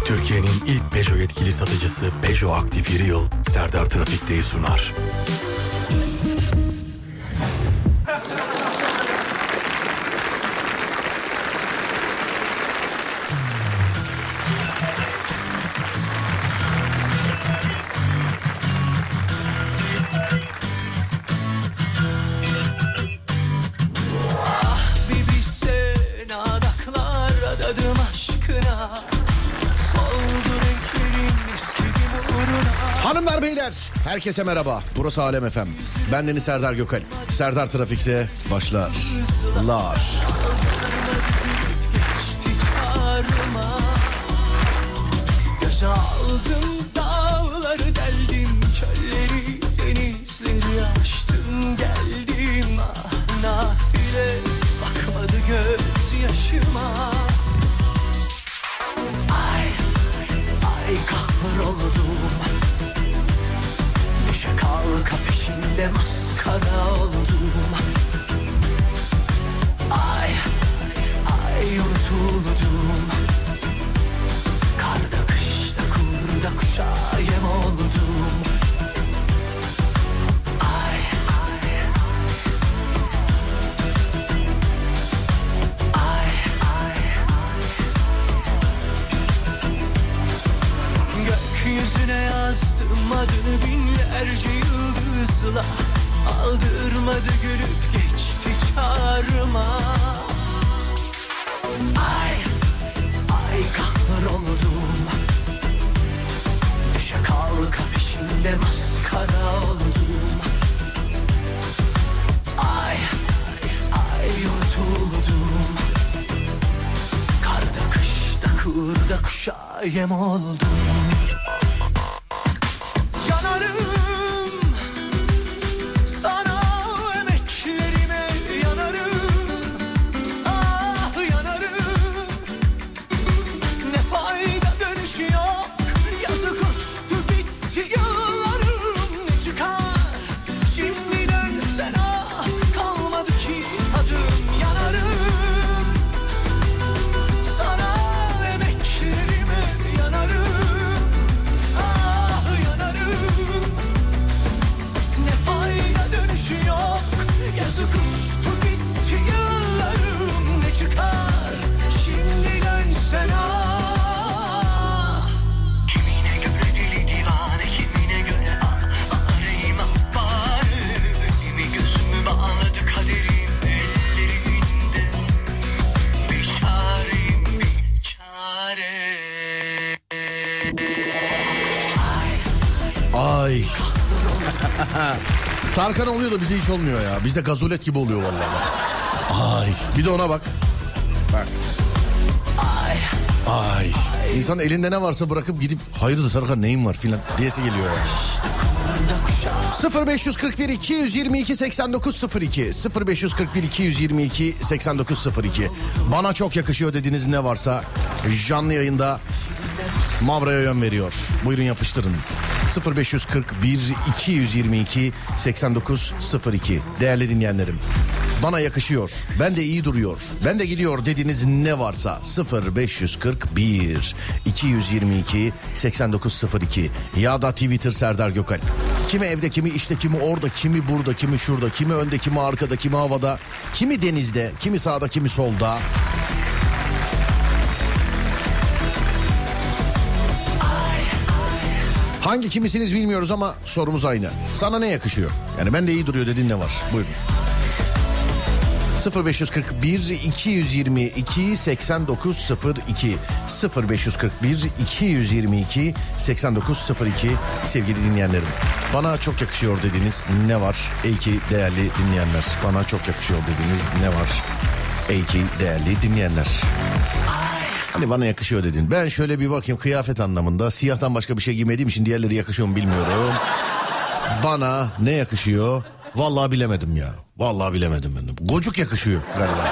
Türkiye'nin ilk Peugeot yetkili satıcısı Peugeot Aktif Yeri Yıl Serdar Trafik'teyi sunar. Hanımlar beyler herkese merhaba. Burası Alem FM. Ben Deniz Serdar Gökal. Serdar Trafik'te başlar. Göze aldım dağları deldim, çölleri denizleri aştım geldim. Ah nafile bakmadı göz yaşıma. Ay kahroldum. Düşe kalka peşinde maskara oldum. Ay unutuldum. Karda kışta kurda kuşa yem oldum. Ay gökyüzüne yazdım adını binlerce yıldızla. Aldırmadı gülüp geçti çağrıma. Ay kahroldum. Düşe kalka peşinde maskara oldum. Ay unutuldum. Karda kışta kurda kuşa yem oldum. Tarkan oluyor da bize hiç olmuyor ya. Bizde gazolet gibi oluyor vallahi. Bir de ona bak. Bak. İnsan elinde ne varsa bırakıp gidip hayırdır Tarkan neyin var filan diyesi geliyor yani. 0541 222 8902 0541 222 8902 Bana çok yakışıyor dediğiniz ne varsa canlı yayında Mavra'ya yön veriyor. Buyurun yapıştırın. 0541 222 8902 Değerli dinleyenlerim, bana yakışıyor, ben de iyi duruyor, ben de gidiyor dediğiniz ne varsa 0541 222 8902 ya da Twitter Serdar Gökal. Kimi evde, kimi işte, kimi orada, kimi burada, kimi şurada, kimi önde, kimi arkada, kimi havada, kimi denizde, kimi sağda, kimi solda. Hangi kimisiniz bilmiyoruz ama sorumuz aynı. Sana ne yakışıyor? Yani ben de iyi duruyor dediğin ne var? Buyurun. 0541 222 8902 0541 222 8902 Sevgili dinleyenlerim, bana çok yakışıyor dediğiniz ne var? Ey ki değerli dinleyenler, bana çok yakışıyor dediğiniz ne var? Ey ki değerli dinleyenler. Hani bana yakışıyor dedin. Ben şöyle bir bakayım kıyafet anlamında. Siyahtan başka bir şey giymediğim için diğerleri yakışıyor mu bilmiyorum. Bana ne yakışıyor? Vallahi bilemedim ya. Vallahi bilemedim ben. Gocuk yakışıyor galiba.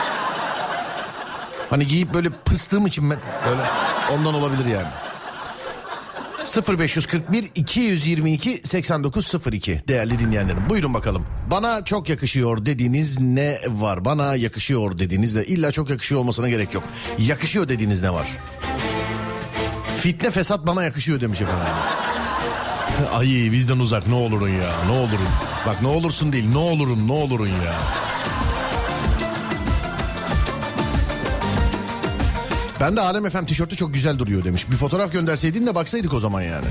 Hani giyip böyle pıstığım için ben böyle ondan olabilir yani. 0541 222 8902 değerli dinleyenlerim, buyurun bakalım. Bana çok yakışıyor dediğiniz ne var? Bana yakışıyor dediğiniz de illa çok yakışıyor olmasına gerek yok. Yakışıyor dediğiniz ne var? Fitne fesat bana yakışıyor demiş efendim. Ay bizden uzak ne olurun ya, ne olurun. Bak ne olursun değil, ne olurun ya. Ben de Alem FM tişörtü çok güzel duruyor demiş. Bir fotoğraf gönderseydin de baksaydık o zaman yani.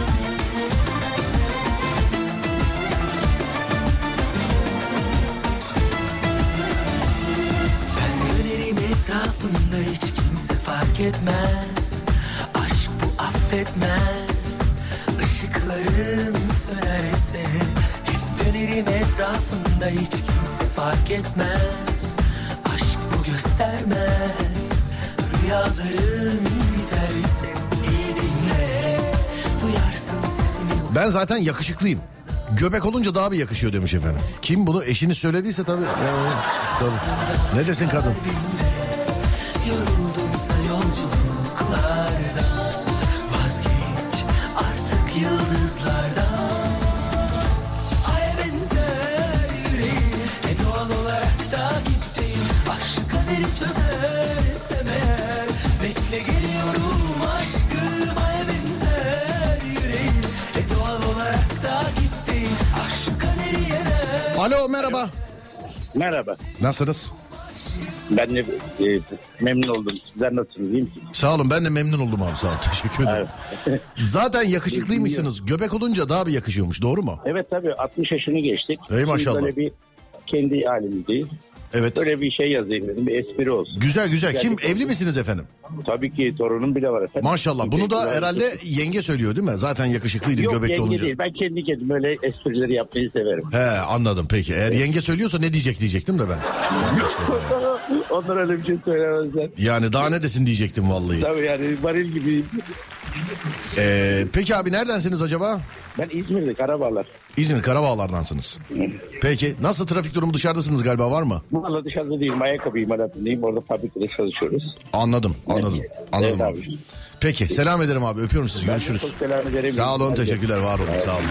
Ben dönerim etrafında hiç kimse fark etmez. Aşk bu affetmez. Işıkların sönerse hep dönerim etrafında hiç kimse fark etmez. Aşk bu göstermez. Rüyaların biterse iyi dinle, duyarsın sesimi. Ben zaten yakışıklıyım. Göbek olunca daha bir yakışıyor demiş efendim. Kim bunu eşiniz söylediyse tabii. Yani, tabii. Ne desin kadın? Yoruldumsa yolculuklardan vazgeç artık yıldızlardan. Aya benzer yüreğim doğal olarak takipteyim. Aşk kaderi çözersem eğer bekle geliyorum aşkım. Aya benzer yüreğim doğal olarak takipteyim. Aşk kaderi yener. Alo merhaba. Merhaba. Nasılsınız? Ben de memnun oldum. Sizler nasılsınız? İyi misiniz? Sağ olun ben de memnun oldum abi sağ olun. Teşekkür ederim. Evet. Zaten yakışıklıymışsınız. Göbek olunca daha bir yakışıyormuş doğru mu? Evet tabii 60 yaşını geçtik. Ey maşallah. Şimdi böyle bir kendi halimizdeyiz. Evet. Böyle bir şey yazayım dedim. Bir espri olsun. Güzel güzel. Kim Gerçekten. evli misiniz efendim? Tabii ki torunum bile var efendim. Maşallah. Bunu da herhalde yenge söylüyor değil mi? Zaten yakışıklıydı Yok göbekli yenge olunca. değil. Ben kendi kendime öyle esprileri yapmayı severim. He anladım peki. Eğer yenge söylüyorsa ne diyecektim de ben. Onlar öyle bir şey söylemezler. Yani daha ne desin diyecektim vallahi. Tabii yani varil gibi. Peki abi neredensiniz acaba? Ben İzmir'de Karabağlar. İzmir Karabağlar'dansınız. Peki nasıl trafik durumu dışarıdasınız galiba var mı? Bu arada dışarıda değilim. Ayakkabı imalatındayım. Orada fabrikada çalışıyoruz. Anladım Evet abi. abi. Peki selam ederim abi öpüyorum sizi görüşürüz. Çok selam ederim. Sağ olun Hadi. teşekkürler var olun sağ olun.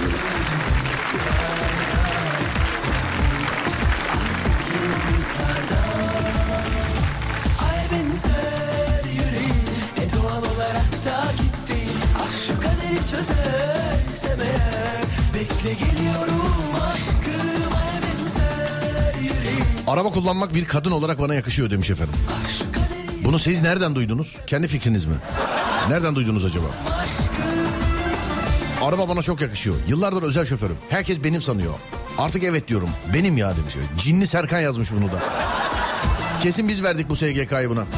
Ay benzer yüreğim doğal olarak takipteyim. Aşk kaderi çözersem eğer bekle geliyorum aşkım. Ay benzer yüreğim Araba kullanmak bir kadın olarak bana yakışıyor demiş efendim. aşk kaderi Bunu siz nereden duydunuz? Kendi fikriniz mi? Nereden duydunuz acaba? Araba bana çok yakışıyor. Yıllardır özel şoförüm. Herkes benim sanıyor. Artık evet diyorum. Benim ya demiş. Cinli Serkan yazmış bunu da. Kesin biz verdik bu SGK'yı buna.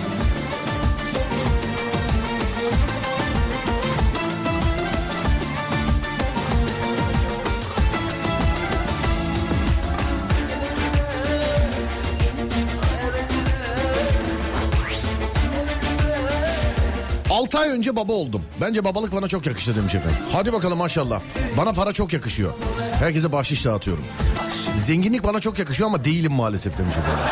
Ay önce baba oldum. Bence babalık bana çok yakıştı demiş efendim. Hadi bakalım maşallah. Bana para çok yakışıyor. Herkese bahşiş dağıtıyorum. Zenginlik bana çok yakışıyor ama değilim maalesef demiş efendim.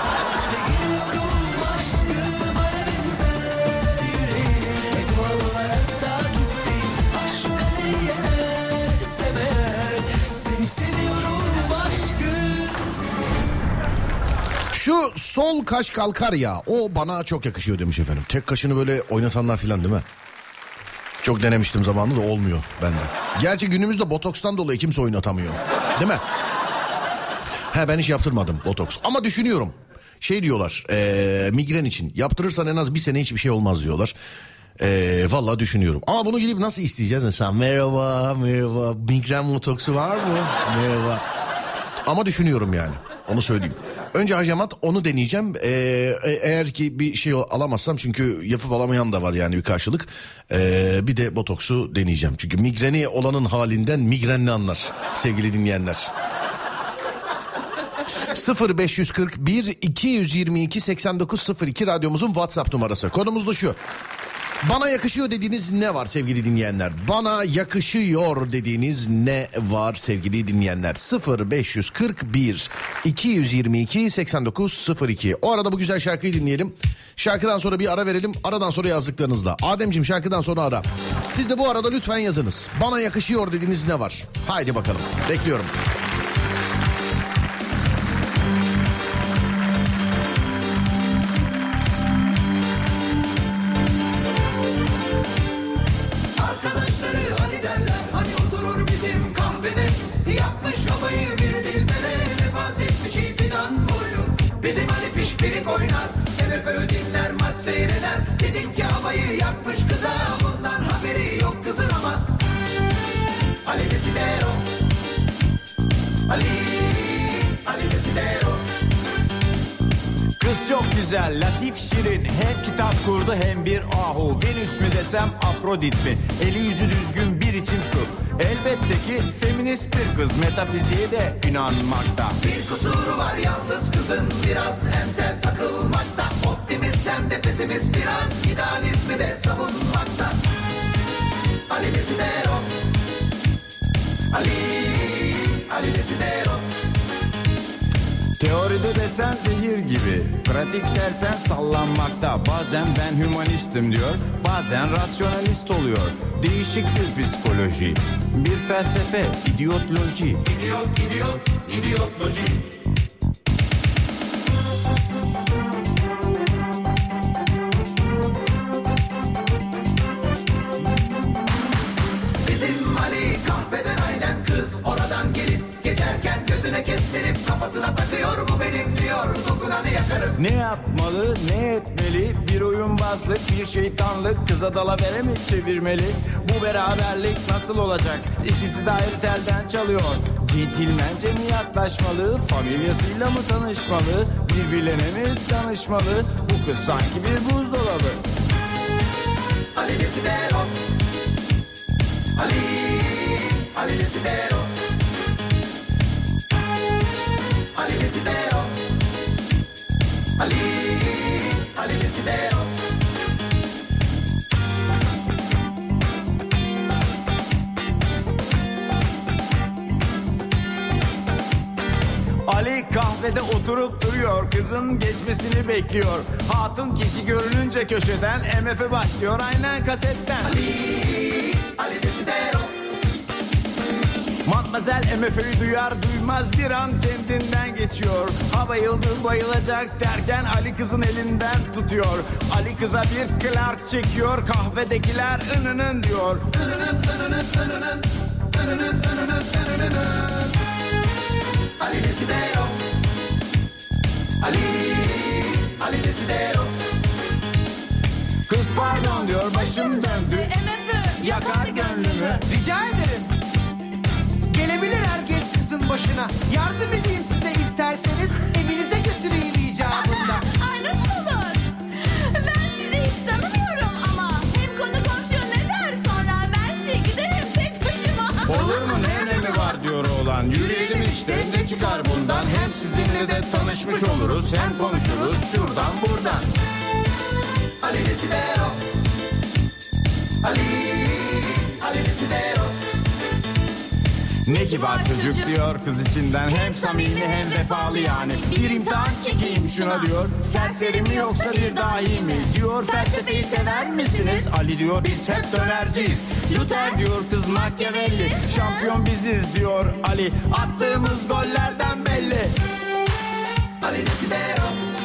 Şu sol kaş kalkar ya o bana çok yakışıyor demiş efendim. Tek kaşını böyle oynatanlar filan değil mi? Çok denemiştim zamanında da olmuyor bende. Gerçi günümüzde botokstan dolayı kimse oynatamıyor. Değil mi? Ben hiç yaptırmadım botoks ama düşünüyorum. Şey diyorlar migren için yaptırırsan en az bir sene hiçbir şey olmaz diyorlar. Vallahi düşünüyorum. Ama bunu gidip nasıl isteyeceğiz mesela? Merhaba migren botoksu var mı? Merhaba. Ama düşünüyorum yani onu söyleyeyim. Önce hacamat onu deneyeceğim. Eğer ki bir şey alamazsam çünkü yapıp alamayan da var yani bir karşılık. Bir de botoksu deneyeceğim. Çünkü migreni olanın halinden migrenli anlar sevgili dinleyenler. 0541 222 8902 radyomuzun WhatsApp numarası. Konumuz da şu. Bana yakışıyor dediğiniz ne var sevgili dinleyenler? Bana yakışıyor dediğiniz ne var sevgili dinleyenler? 0541 222 8902. O arada bu güzel şarkıyı dinleyelim. Şarkıdan sonra bir ara verelim. Aradan sonra yazdıklarınızla. Ademciğim şarkıdan sonra ara. Siz de bu arada lütfen yazınız. Bana yakışıyor dediğiniz ne var? Haydi bakalım. Bekliyorum. yapmış kıza, bundan haberi yok kızın ama Ali Desidero, Ali Desidero. Kız çok güzel, latif, şirin. Hem kitap kurdu hem bir ahu. Venüs mü desem Afrodit mi? Eli yüzü düzgün bir içim su. Elbette ki feminist bir kız, metafiziğe de inanmakta. Bir kusuru var yalnız kızın, biraz entel takılmakta. Optimist hem de pesimist, biraz idealizmi de savunmakta. Ali Desidero, Ali Desidero. Teoride desen zehir gibi, pratik dersen sallanmakta. Bazen ben hümanistim diyor, bazen rasyonalist oluyor. Değişik bir psikoloji, bir felsefe, idiotloji. İdiotloji. Bizim Ali kahveden aynen kız oradan gelip geçerken gözüne kestirip kafasına takıyor, bu benim diyor, dokunanı yakarım. Ne yapmalı, ne etmeli? Bir oyunbazlık, bir şeytanlık. Kıza dalavere mi çevirmeli? Bu beraberlik nasıl olacak? İkisi de ayrı telden çalıyor. Centilmence mi yaklaşmalı? Familyasıyla mı tanışmalı? Birbirlerine mi danışmalı? Bu kız sanki bir buzdolabı. Ali Desidero, Ali Desidero, Ali Desidero, Ali Desidero. Ali kahvede oturup duruyor, kızın geçmesini bekliyor. Hatun kişi görününce köşeden MF başlıyor aynen kasetten. Ali Desidero. Matmazel MF'yi duyar duymaz bir an kendinden geçiyor. Ha bayıldı bayılacak derken Ali kızın elinden tutuyor. Ali kıza bir Clark çekiyor, kahvedekiler ınının diyor. Ali Desidero, Ali Desidero. Kız pardon diyor, başım döndü, yakar gönlümü. Rica ederim. Gelebilir herkes kızın başına. Yardım edeyim size isterseniz. Evinize götüreyim icabında. Ay nasıl olur? Ben sizi hiç tanımıyorum ama hem konu komşu ne der, sonra ben size giderim tek başıma. Olur mu, ne önemi var diyor oğlan. Yürüyelim işte, ne çıkar bundan? Hem sizinle de tanışmış oluruz, hem konuşuruz şuradan buradan. Ali Desidero, Ali Desidero. Ne kibar çocuk diyor kız içinden, hem samimi hem vefalı yani. Bir imtihan çekeyim şuna diyor, serseri mi yoksa bir dahi mi diyor. Felsefeyi sever misiniz? Ali diyor biz hep dönerciyiz. Luther diyor kız Machiavelli, şampiyon biziz diyor Ali. Attığımız gollerden belli. Ali Desidero,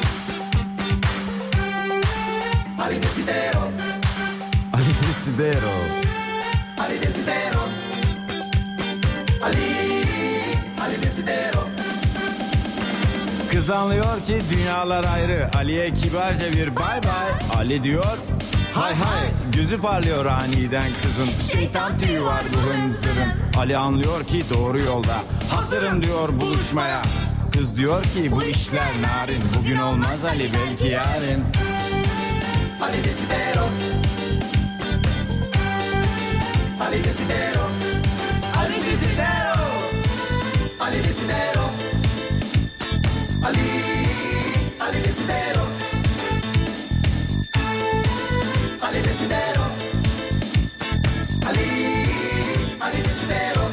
Ali Desidero, Ali Desidero. Ali Desidero, Ali Desidero. Kız anlıyor ki dünyalar ayrı. Ali'ye kibarca bir bay bay. Ali diyor hay hay. Gözü parlıyor aniden kızın. Şeytan tüyü var bu hınzırın. Ali anlıyor ki doğru yolda. Hazırım diyor buluşmaya. Kız diyor ki bu işler narin. Bugün olmaz Ali, belki yarın. Ali Desidero, Ali Desidero, Ali Desidero, Ali Desidero, Ali Desidero, Ali Desidero, Ali Desidero.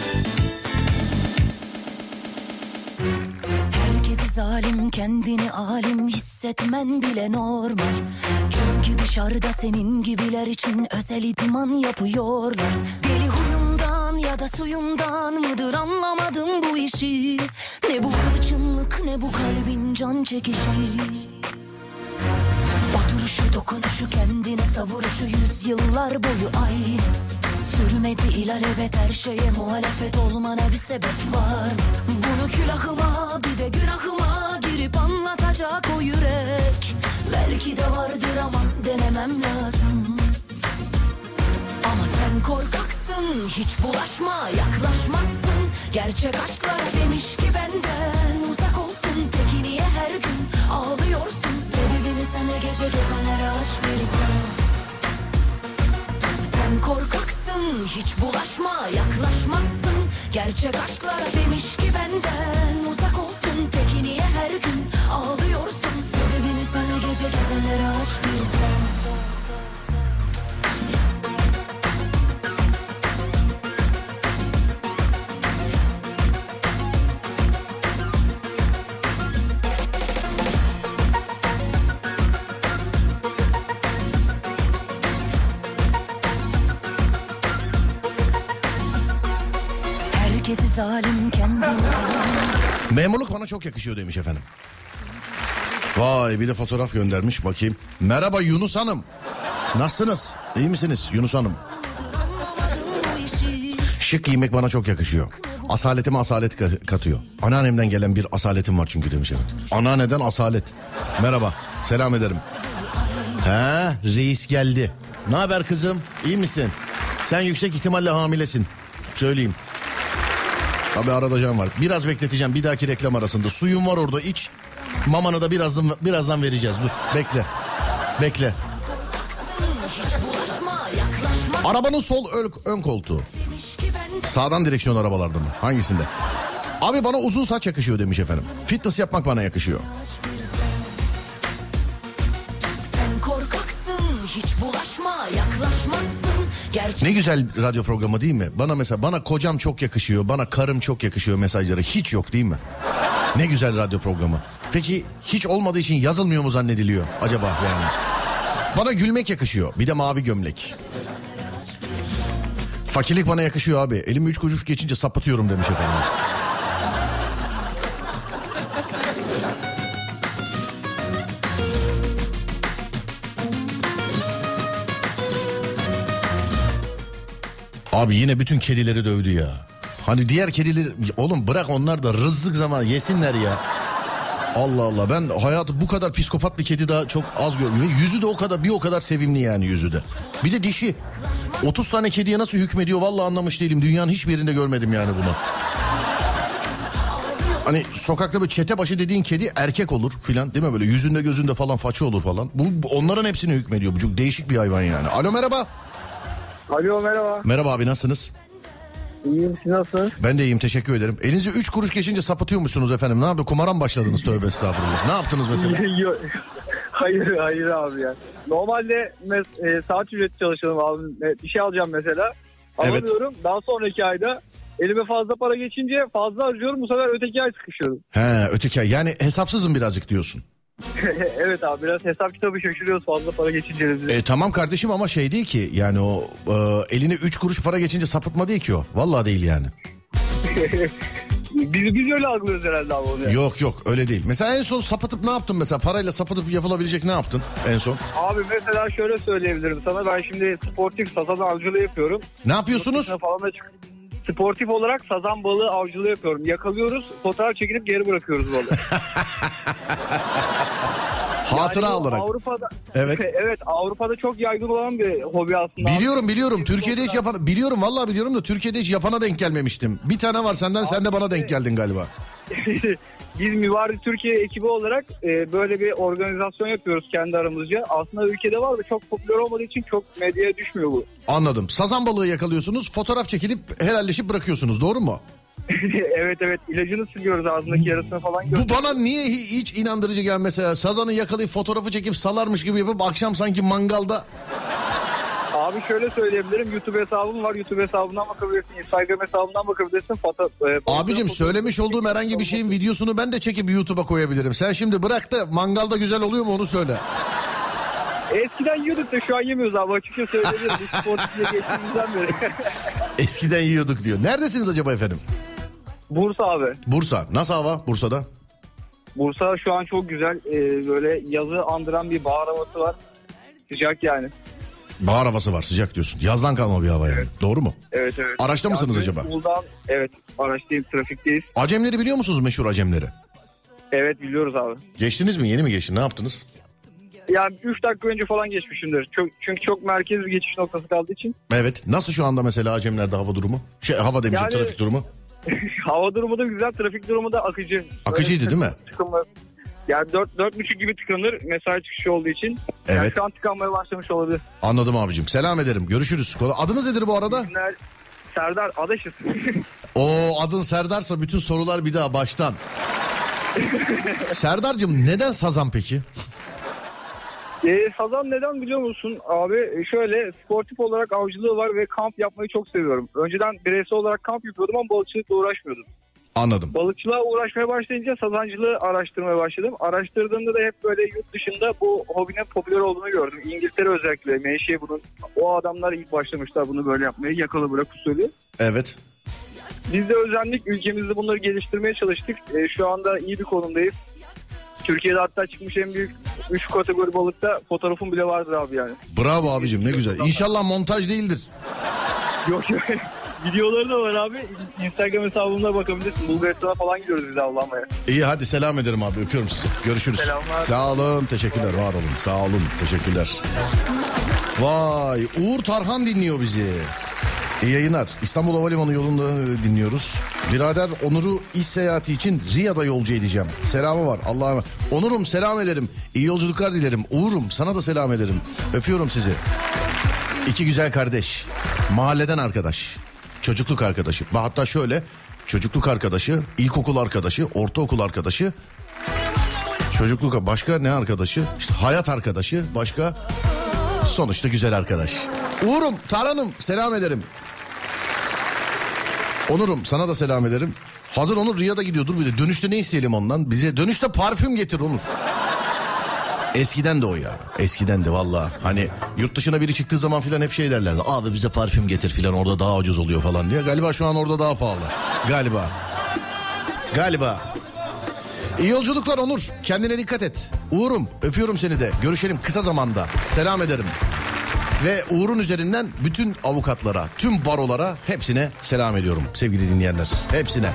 Herkesi zalim, kendini alim hissetmen bile normal. Çünkü dışarıda senin gibiler için özel idman yapıyorlar. Deli huyumdan ya da suyumdan mıdır anlamadım bu işi. Ne bu hırçınlık, ne bu kalbin can çekişi. Oturuşu, dokunuşu, kendine savuruşu yüzyıllar boyu aynı. Sürmedi ilelebet, her şeye muhalefet olmana bir sebep var. Bunu külahıma bir de günahıma girip anlatacak o yürek. Belki de vardır ama denemem lazım. hiç bulaşma, yaklaşmazsın. Gerçek aşklar demiş ki benden uzak olsun. Peki niye her gün ağlıyorsun? Sebebini sana gece gezenlere aç bir sen. Sen korkaksın, hiç bulaşma, yaklaşmazsın. Gerçek aşklar demiş ki benden uzak olsun. Peki niye her gün ağlıyorsun? Sebebini sana gece gezenlere aç bir sen. Herkesi zalim kendini. Memurluk bana çok yakışıyor demiş efendim. Vay, bir de fotoğraf göndermiş, bakayım. Merhaba Yunus Hanım. Nasılsınız? İyi misiniz Yunus Hanım? Şık giymek bana çok yakışıyor. Asaletime asalet katıyor. Anneannemden gelen bir asaletim var çünkü demiş efendim. Anneanneden asalet. Merhaba, selam ederim. He, reis geldi. Ne haber kızım? İyi misin? Sen yüksek ihtimalle hamilesin. Söyleyeyim. Tabii arada can var. Biraz bekleteceğim bir dahaki reklam arasında. Suyum var orada, iç. Mamanı da birazdan vereceğiz. Dur, bekle. Arabanın sol ön koltuğu. Sağdan direksiyon arabalarda mı? Hangisinde? Abi bana uzun saç yakışıyor demiş efendim. Fitness yapmak bana yakışıyor. Sen korkaksın, hiç bulaşma, yaklaşmazsın. Ne güzel radyo programı değil mi? Bana kocam çok yakışıyor, bana karım çok yakışıyor mesajları hiç yok değil mi? Ne güzel radyo programı. Peki hiç olmadığı için yazılmıyor mu zannediliyor acaba yani? Bana gülmek yakışıyor, bir de mavi gömlek. Fakirlik bana yakışıyor abi. Elimi 3 kuruş geçince sapatıyorum demiş efendim. Abi yine bütün kedileri dövdü ya. Hani diğer kedileri... Oğlum bırak, onlar da rızık zamanı yesinler ya. Allah Allah, ben hayatı bu kadar psikopat bir kedi daha çok az gördüm. Ve yüzü de o kadar sevimli yani, yüzü de. Bir de dişi. 30 tane kediye nasıl hükmediyor vallahi anlamış değilim. Dünyanın hiçbir yerinde görmedim yani bunu. Hani sokakta böyle çete başı dediğin kedi erkek olur filan değil mi, böyle yüzünde gözünde falan façı olur falan. Bu onların hepsini hükmediyor. Bu çok değişik bir hayvan yani. Alo merhaba. Alo merhaba. Merhaba abi, nasılsınız? İyiyim, siz nasılsınız? Ben de iyiyim, teşekkür ederim. Elinize 3 kuruş geçince sapıtıyor musunuz efendim? Ne yaptı? Kumara mı başladınız? Tövbe estağfurullah. Ne yaptınız mesela? Hayır abi ya. Normalde saat ücreti çalışalım abi. Bir şey alacağım mesela. Alamıyorum. Evet. Daha sonraki ayda elime fazla para geçince fazla harcıyorum. Bu sefer öteki ay sıkışıyorum. He, öteki ay. Yani hesapsızım birazcık diyorsun. Evet abi, biraz hesap kitabı şaşırıyoruz fazla para geçince. Tamam kardeşim ama şey değil ki yani o eline 3 kuruş para geçince sapıtma değil ki o. Vallahi değil yani. Biz öyle algılıyoruz herhalde abi onu. Yani. Yok öyle değil. Mesela en son sapıtıp ne yaptın mesela? Parayla sapıtıp yapılabilecek ne yaptın en son? Abi mesela şöyle söyleyebilirim sana. Ben şimdi sportif sazan avcılığı yapıyorum. Ne yapıyorsunuz? Falan da sportif olarak sazan balığı avcılığı yapıyorum. Yakalıyoruz, fotoğraf çekilip geri bırakıyoruz balığı. Hatıra yani olarak. Avrupa'da, evet. Evet, Avrupa'da çok yaygın olan bir hobi aslında. Biliyorum. Türkiye'de hiç yapan... Biliyorum, vallahi biliyorum da Türkiye'de hiç yapana denk gelmemiştim. Bir tane var senden, sen de bana denk geldin galiba. Biz Müvardi Türkiye ekibi olarak böyle bir organizasyon yapıyoruz kendi aramızca. Aslında ülkede var da çok popüler olmadığı için çok medyaya düşmüyor bu. Anladım. Sazan balığı yakalıyorsunuz, fotoğraf çekilip helalleşip bırakıyorsunuz, doğru mu? Evet, ilacını sürüyoruz ağzındaki yarısını falan. Bu bana niye hiç inandırıcı gelmez mesela? Sazanı yakalayıp fotoğrafı çekip salarmış gibi yapıp akşam sanki mangalda... Abi şöyle söyleyebilirim, YouTube hesabım var, YouTube hesabından bakabilirsin, Instagram hesabından bakabilirsin. Abicim söylemiş olduğum herhangi bir şeyin videosunu ben de çekip YouTube'a koyabilirim. Sen şimdi bırak da mangalda güzel oluyor mu onu söyle. Eskiden yiyorduk da şu an yemiyoruz abi, açıkça söyleyebilirim. Sportifle geçtiğimizden beri. Eskiden yiyorduk diyor. Neredesiniz acaba efendim? Bursa abi. Bursa. Nasıl hava Bursa'da? Bursa şu an çok güzel. Böyle yazı andıran bir bahar havası var. Sıcak yani. Bahar havası var, sıcak diyorsun. Yazdan kalma bir hava yani. Evet. Doğru mu? Evet. Araçta mısınız acaba? Evet, araçtayım, trafikteyiz. Acemleri biliyor musunuz, meşhur Acemleri? Evet, biliyoruz abi. Geçtiniz mi? Yeni mi geçtin? Ne yaptınız? Yani 3 dakika önce falan geçmişimdir. Çünkü çok merkez bir geçiş noktası kaldığı için. Evet. Nasıl şu anda mesela Acemler'de hava durumu? Hava demişim, trafik durumu. Hava durumu da güzel, trafik durumu da akıcı. Akıcıydı değil mi? Tıkınma. Yani 4-4.30 gibi tıkanır mesai çıkışı olduğu için. Evet. Yani şu an tıkanmaya başlamış olabilir. Anladım abicim. Selam ederim. Görüşürüz. Adınız nedir bu arada? Serdar Adaşız. O adın Serdar'sa bütün sorular bir daha baştan. Serdar'cığım neden sazan peki? Sazan neden biliyor musun abi? Şöyle sportif olarak avcılığı var ve kamp yapmayı çok seviyorum. Önceden bireysel olarak kamp yapıyordum ama balıkçılıkla uğraşmıyordum. Anladım. Balıkçılığa uğraşmaya başlayınca sazancılığı araştırmaya başladım. Araştırdığımda da hep böyle yurt dışında bu hobinin popüler olduğunu gördüm. İngiltere özellikle menşei bunun. O adamlar ilk başlamışlar bunu böyle yapmaya. Yakalı bırak usulü. Evet. Biz de özendik. Ülkemizde bunları geliştirmeye çalıştık. Şu anda iyi bir konumdayız. Türkiye'de hatta çıkmış en büyük 3 kategori balıkta fotoğrafım bile vardır abi yani. Bravo abicim, ne güzel. İnşallah montaj değildir. Yok. Videoları da var abi. Instagram hesabımda bakabilirsin. Bulgaristan'a falan gidiyoruz biz avlanmaya. İyi, hadi selam ederim abi, öpüyorum sizi. Görüşürüz. Selamlar. Sağ olun, teşekkürler, var olun. Sağ olun, teşekkürler. Vay, Uğur Tarhan dinliyor bizi. İyi yayınlar. İstanbul Havalimanı yolunda dinliyoruz. Birader Onur'u iş seyahati için Riyad'a yolcu edeceğim. Selamı var. Allah'a emanet. Onur'um selam ederim. İyi yolculuklar dilerim. Uğur'um sana da selam ederim. Öpüyorum sizi. İki güzel kardeş. Mahalleden arkadaş. Çocukluk arkadaşı. Hatta şöyle, çocukluk arkadaşı, ilkokul arkadaşı, ortaokul arkadaşı, çocukluk, başka ne arkadaşı? İşte hayat arkadaşı, başka, sonuçta güzel arkadaş. Uğur'um, Tarhan'ım selam ederim. Onur'um sana da selam ederim. Hazır Onur Riyad'a gidiyordur, bir de dönüşte ne isteyelim ondan? Bize dönüşte parfüm getir Onur. Eskiden de o ya. Eskiden de valla. Hani yurt dışına biri çıktığı zaman filan hep şey derlerdi. Abi bize parfüm getir filan, orada daha ucuz oluyor falan diye. Galiba şu an orada daha pahalı. Galiba. İyi yolculuklar Onur. Kendine dikkat et. Uğur'um öpüyorum seni de. Görüşelim kısa zamanda. Selam ederim. Ve Uğur'un üzerinden bütün avukatlara, tüm barolara hepsine selam ediyorum sevgili dinleyenler. Hepsine.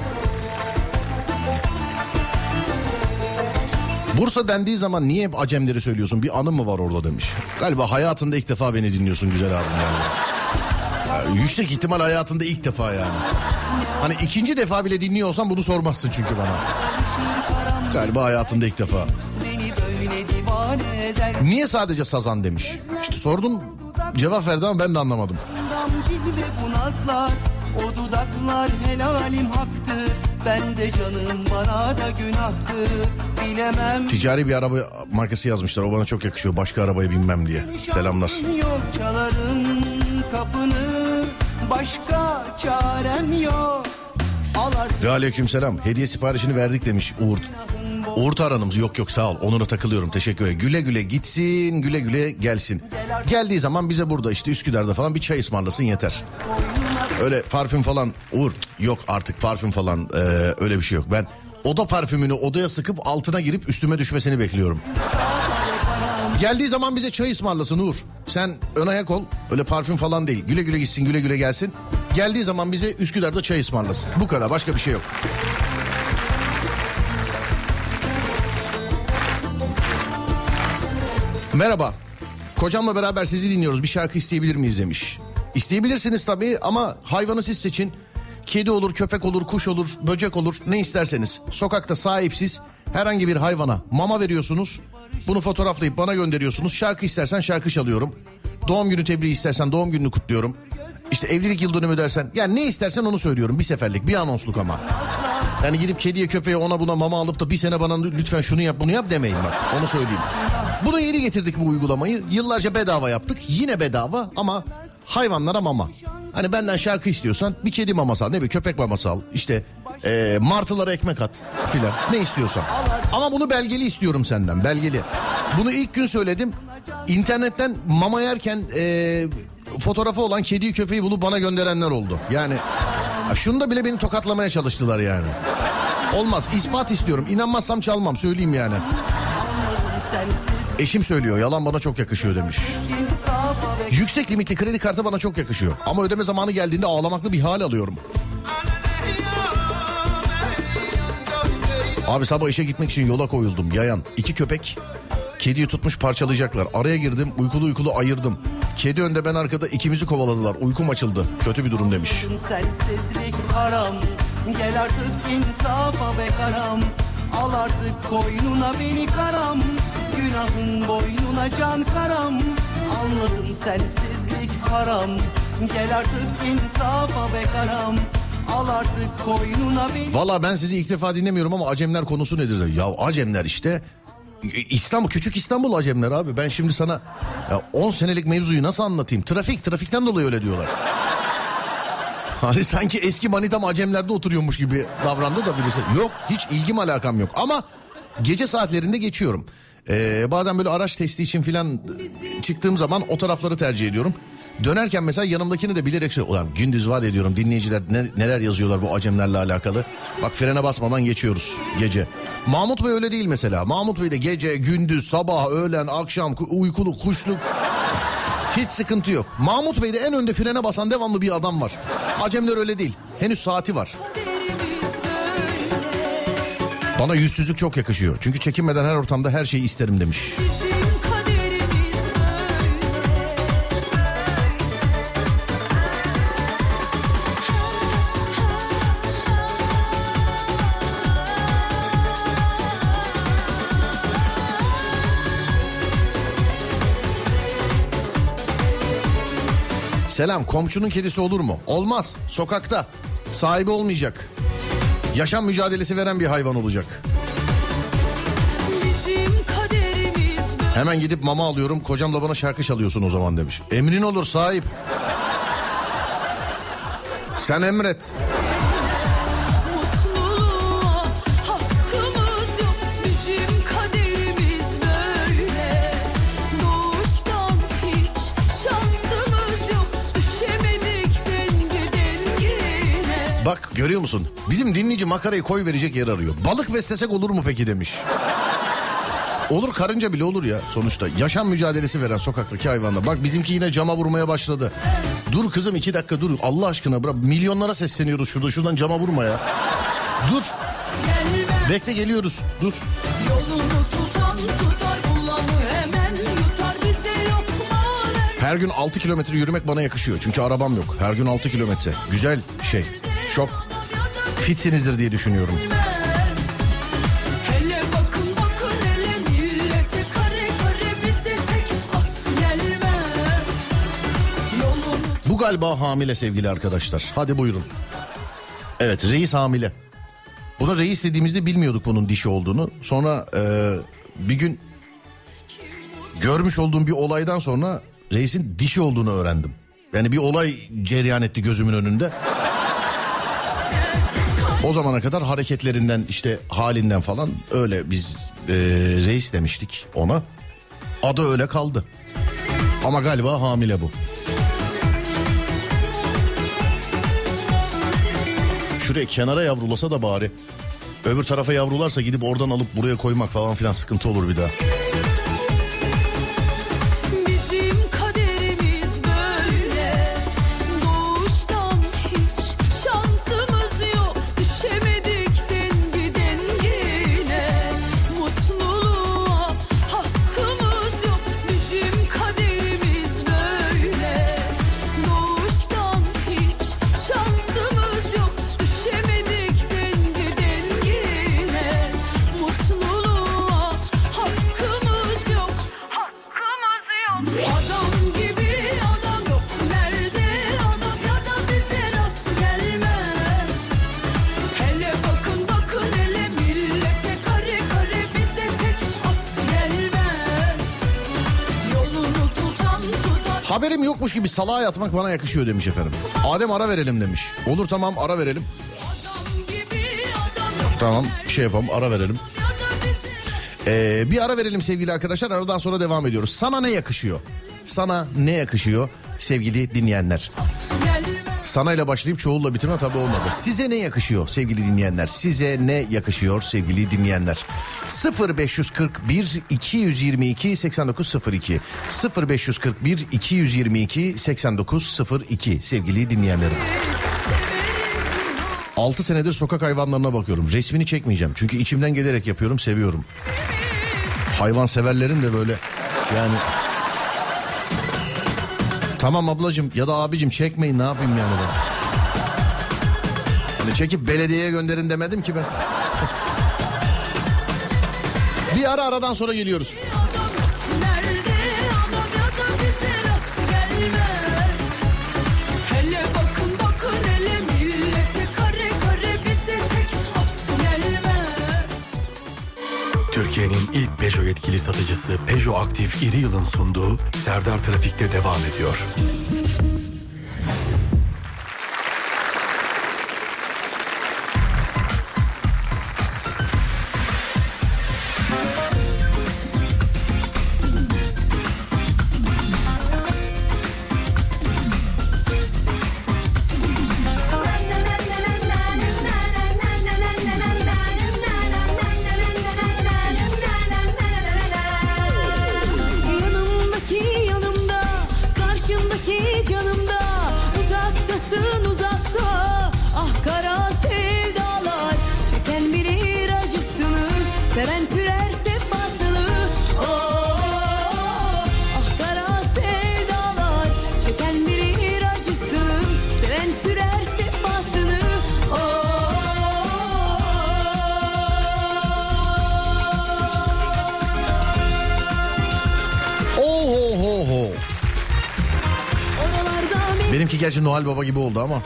Bursa dendiği zaman niye hep Acemleri söylüyorsun? Bir anım mı var orada demiş. Galiba hayatında ilk defa beni dinliyorsun güzel abim yani. Yüksek ihtimal hayatında ilk defa yani. Hani ikinci defa bile dinliyorsan bunu sormazsın çünkü bana. Galiba hayatında ilk defa. Niye sadece sazan demiş. İşte sordum, cevap verdi ama ben de anlamadım. O dudaklar helalim haktır. Ben de canım bana da günahtır. Bilemem. Ticari bir araba markası yazmışlar. O bana çok yakışıyor. Başka arabaya binmem diye. Selamlar. Yok çalarım kapını. Başka çarem yok. Ve aleykümselam. Hediye siparişini verdik demiş Uğur. Uğur Tarhan'ımız yok sağ ol. Onur'a takılıyorum, teşekkür ederim. Güle güle gitsin, güle güle gelsin. Geldiği zaman bize burada işte Üsküdar'da falan bir çay ısmarlasın yeter. Öyle parfüm falan Uğur yok artık, parfüm falan öyle bir şey yok. Ben oda parfümünü odaya sıkıp altına girip üstüme düşmesini bekliyorum. Geldiği zaman bize çay ısmarlasın Uğur. Sen ön ayak ol, öyle parfüm falan değil. Güle güle gitsin, güle güle gelsin. Geldiği zaman bize Üsküdar'da çay ısmarlasın. Bu kadar, başka bir şey yok. Merhaba. Kocamla beraber sizi dinliyoruz. Bir şarkı isteyebilir miyiz demiş. İsteyebilirsiniz tabii ama hayvanı siz seçin. Kedi olur, köpek olur, kuş olur, böcek olur, ne isterseniz. Sokakta sahipsiz herhangi bir hayvana mama veriyorsunuz. Bunu fotoğraflayıp bana gönderiyorsunuz. Şarkı istersen şarkı çalıyorum. Doğum günü tebriği istersen doğum gününü kutluyorum. İşte evlilik yıl dönümü dersen, yani ne istersen onu söylüyorum. Bir seferlik, bir anonsluk ama. Yani gidip kediye köpeğe ona buna mama alıp da bir sene bana lütfen şunu yap bunu yap demeyin bak. Onu söyleyeyim. Bunu yeni getirdik bu uygulamayı. Yıllarca bedava yaptık. Yine bedava ama hayvanlara mama. Hani benden şarkı istiyorsan bir kedi maması al, ne bir köpek maması al. İşte martılara ekmek at filan. Ne istiyorsan. Ama bunu belgeli istiyorum senden, belgeli. Bunu ilk gün söyledim. İnternetten mama yerken fotoğrafı olan kediyi köpeği bulup bana gönderenler oldu. Yani şunu da bile beni tokatlamaya çalıştılar yani. Olmaz, ispat istiyorum. İnanmazsam çalmam, söyleyeyim yani. Eşim söylüyor, yalan bana çok yakışıyor demiş. Yüksek limitli kredi kartı bana çok yakışıyor. Ama ödeme zamanı geldiğinde ağlamaklı bir hal alıyorum. Abi sabah işe gitmek için yola koyuldum, yayan. 2 köpek Kediyi tutmuş parçalayacaklar. Araya girdim, uykulu ayırdım. Kedi önde, ben arkada, ikimizi kovaladılar. Uykum açıldı. Kötü bir durum demiş. Sensizlik haram. Gel artık insafa be karam. Al artık koynuna beni karam. Günahın boynuna can karam. Anladım sensizlik haram. Gel artık insafa be karam. Al artık koynuna beni. Valla ben sizi ilk defa dinlemiyorum ama Acemler konusu nedir? Ya Acemler işte İstanbul, küçük İstanbul Acemler abi. Ben şimdi sana 10 senelik mevzuyu nasıl anlatayım? Trafikten dolayı öyle diyorlar. Hani sanki eski manitam Acemler'de oturuyormuş gibi davrandı da birisi. Yok, hiç ilgim alakam yok ama gece saatlerinde geçiyorum. Bazen böyle araç testi için filan çıktığım zaman o tarafları tercih ediyorum. Dönerken mesela yanımdakini de bilerek ulan gündüz vaat ediyorum, dinleyiciler neler yazıyorlar bu Acemlerle alakalı. Bak frene basmadan geçiyoruz gece. Mahmut Bey öyle değil mesela. Mahmut Bey de gece, gündüz, sabah, öğlen, akşam, uykulu, kuşluk. Hiç sıkıntı yok. Mahmut Bey'de en önde frene basan devamlı bir adam var. Acemler öyle değil. Henüz saati var. Bana yüzsüzlük çok yakışıyor. Çünkü çekinmeden her ortamda her şeyi isterim demiş. Selam, komşunun kedisi olur mu? Olmaz. Sokakta. Sahibi olmayacak. Yaşam mücadelesi veren bir hayvan olacak. Hemen gidip mama alıyorum. Kocam da bana şarkı çalıyorsun o zaman demiş. Emrin olur sahip. Sen emret. Bak görüyor musun? Bizim dinleyici makarayı koy verecek yer arıyor. Balık beslesek olur mu peki demiş. Olur, karınca bile olur ya sonuçta. Yaşam mücadelesi veren sokaktaki hayvanlar. Bak bizimki yine cama vurmaya başladı. Dur kızım 2 dakika dur. Allah aşkına bırak. Milyonlara sesleniyoruz şurada. Şuradan cama vurma ya. Dur. Bekle geliyoruz. Dur. Her gün 6 kilometre yürümek bana yakışıyor. Çünkü arabam yok. Her gün 6 kilometre. Güzel şey. Çok fitsinizdir diye düşünüyorum. Bu galiba hamile sevgili arkadaşlar. Hadi buyurun. Evet, reis hamile. Buna reis dediğimizde bilmiyorduk bunun dişi olduğunu. Sonra bir gün görmüş olduğum bir olaydan sonra reisin dişi olduğunu öğrendim. Yani bir olay cereyan etti gözümün önünde. O zamana kadar hareketlerinden işte halinden falan öyle biz reis demiştik ona. Adı öyle kaldı. Ama galiba hamile bu. Şuraya kenara yavrulasa da bari. Öbür tarafa yavrularsa gidip oradan alıp buraya koymak falan filan sıkıntı olur bir daha. Haberim yokmuş gibi salağa yatmak bana yakışıyor demiş efendim. Adem ara verelim demiş. Olur tamam ara verelim. Tamam bir şey yapalım ara verelim. Bir ara verelim sevgili arkadaşlar. Aradan sonra devam ediyoruz. Sana ne yakışıyor? Sana ne yakışıyor sevgili dinleyenler? Sana ile başlayıp çoğulla bitirme tabii olmadı. Size ne yakışıyor sevgili dinleyenler? Size ne yakışıyor sevgili dinleyenler? 0541 222 8902 0541 222 8902 sevgili dinleyenlerim. 6 senedir sokak hayvanlarına bakıyorum. Resmini çekmeyeceğim. Çünkü içimden gelerek yapıyorum, seviyorum. Hayvan severlerin de böyle yani... Tamam ablacığım ya da abicim çekmeyin, ne yapayım yani ben. Hani çekip belediyeye gönderin demedim ki ben. Bir aradan sonra geliyoruz. Türkiye'nin ilk Peugeot yetkili satıcısı Peugeot Aktif İri Yıl'ın sunduğu Serdar Trafik'te devam ediyor. Benimki gerçi Noel Baba gibi oldu ama.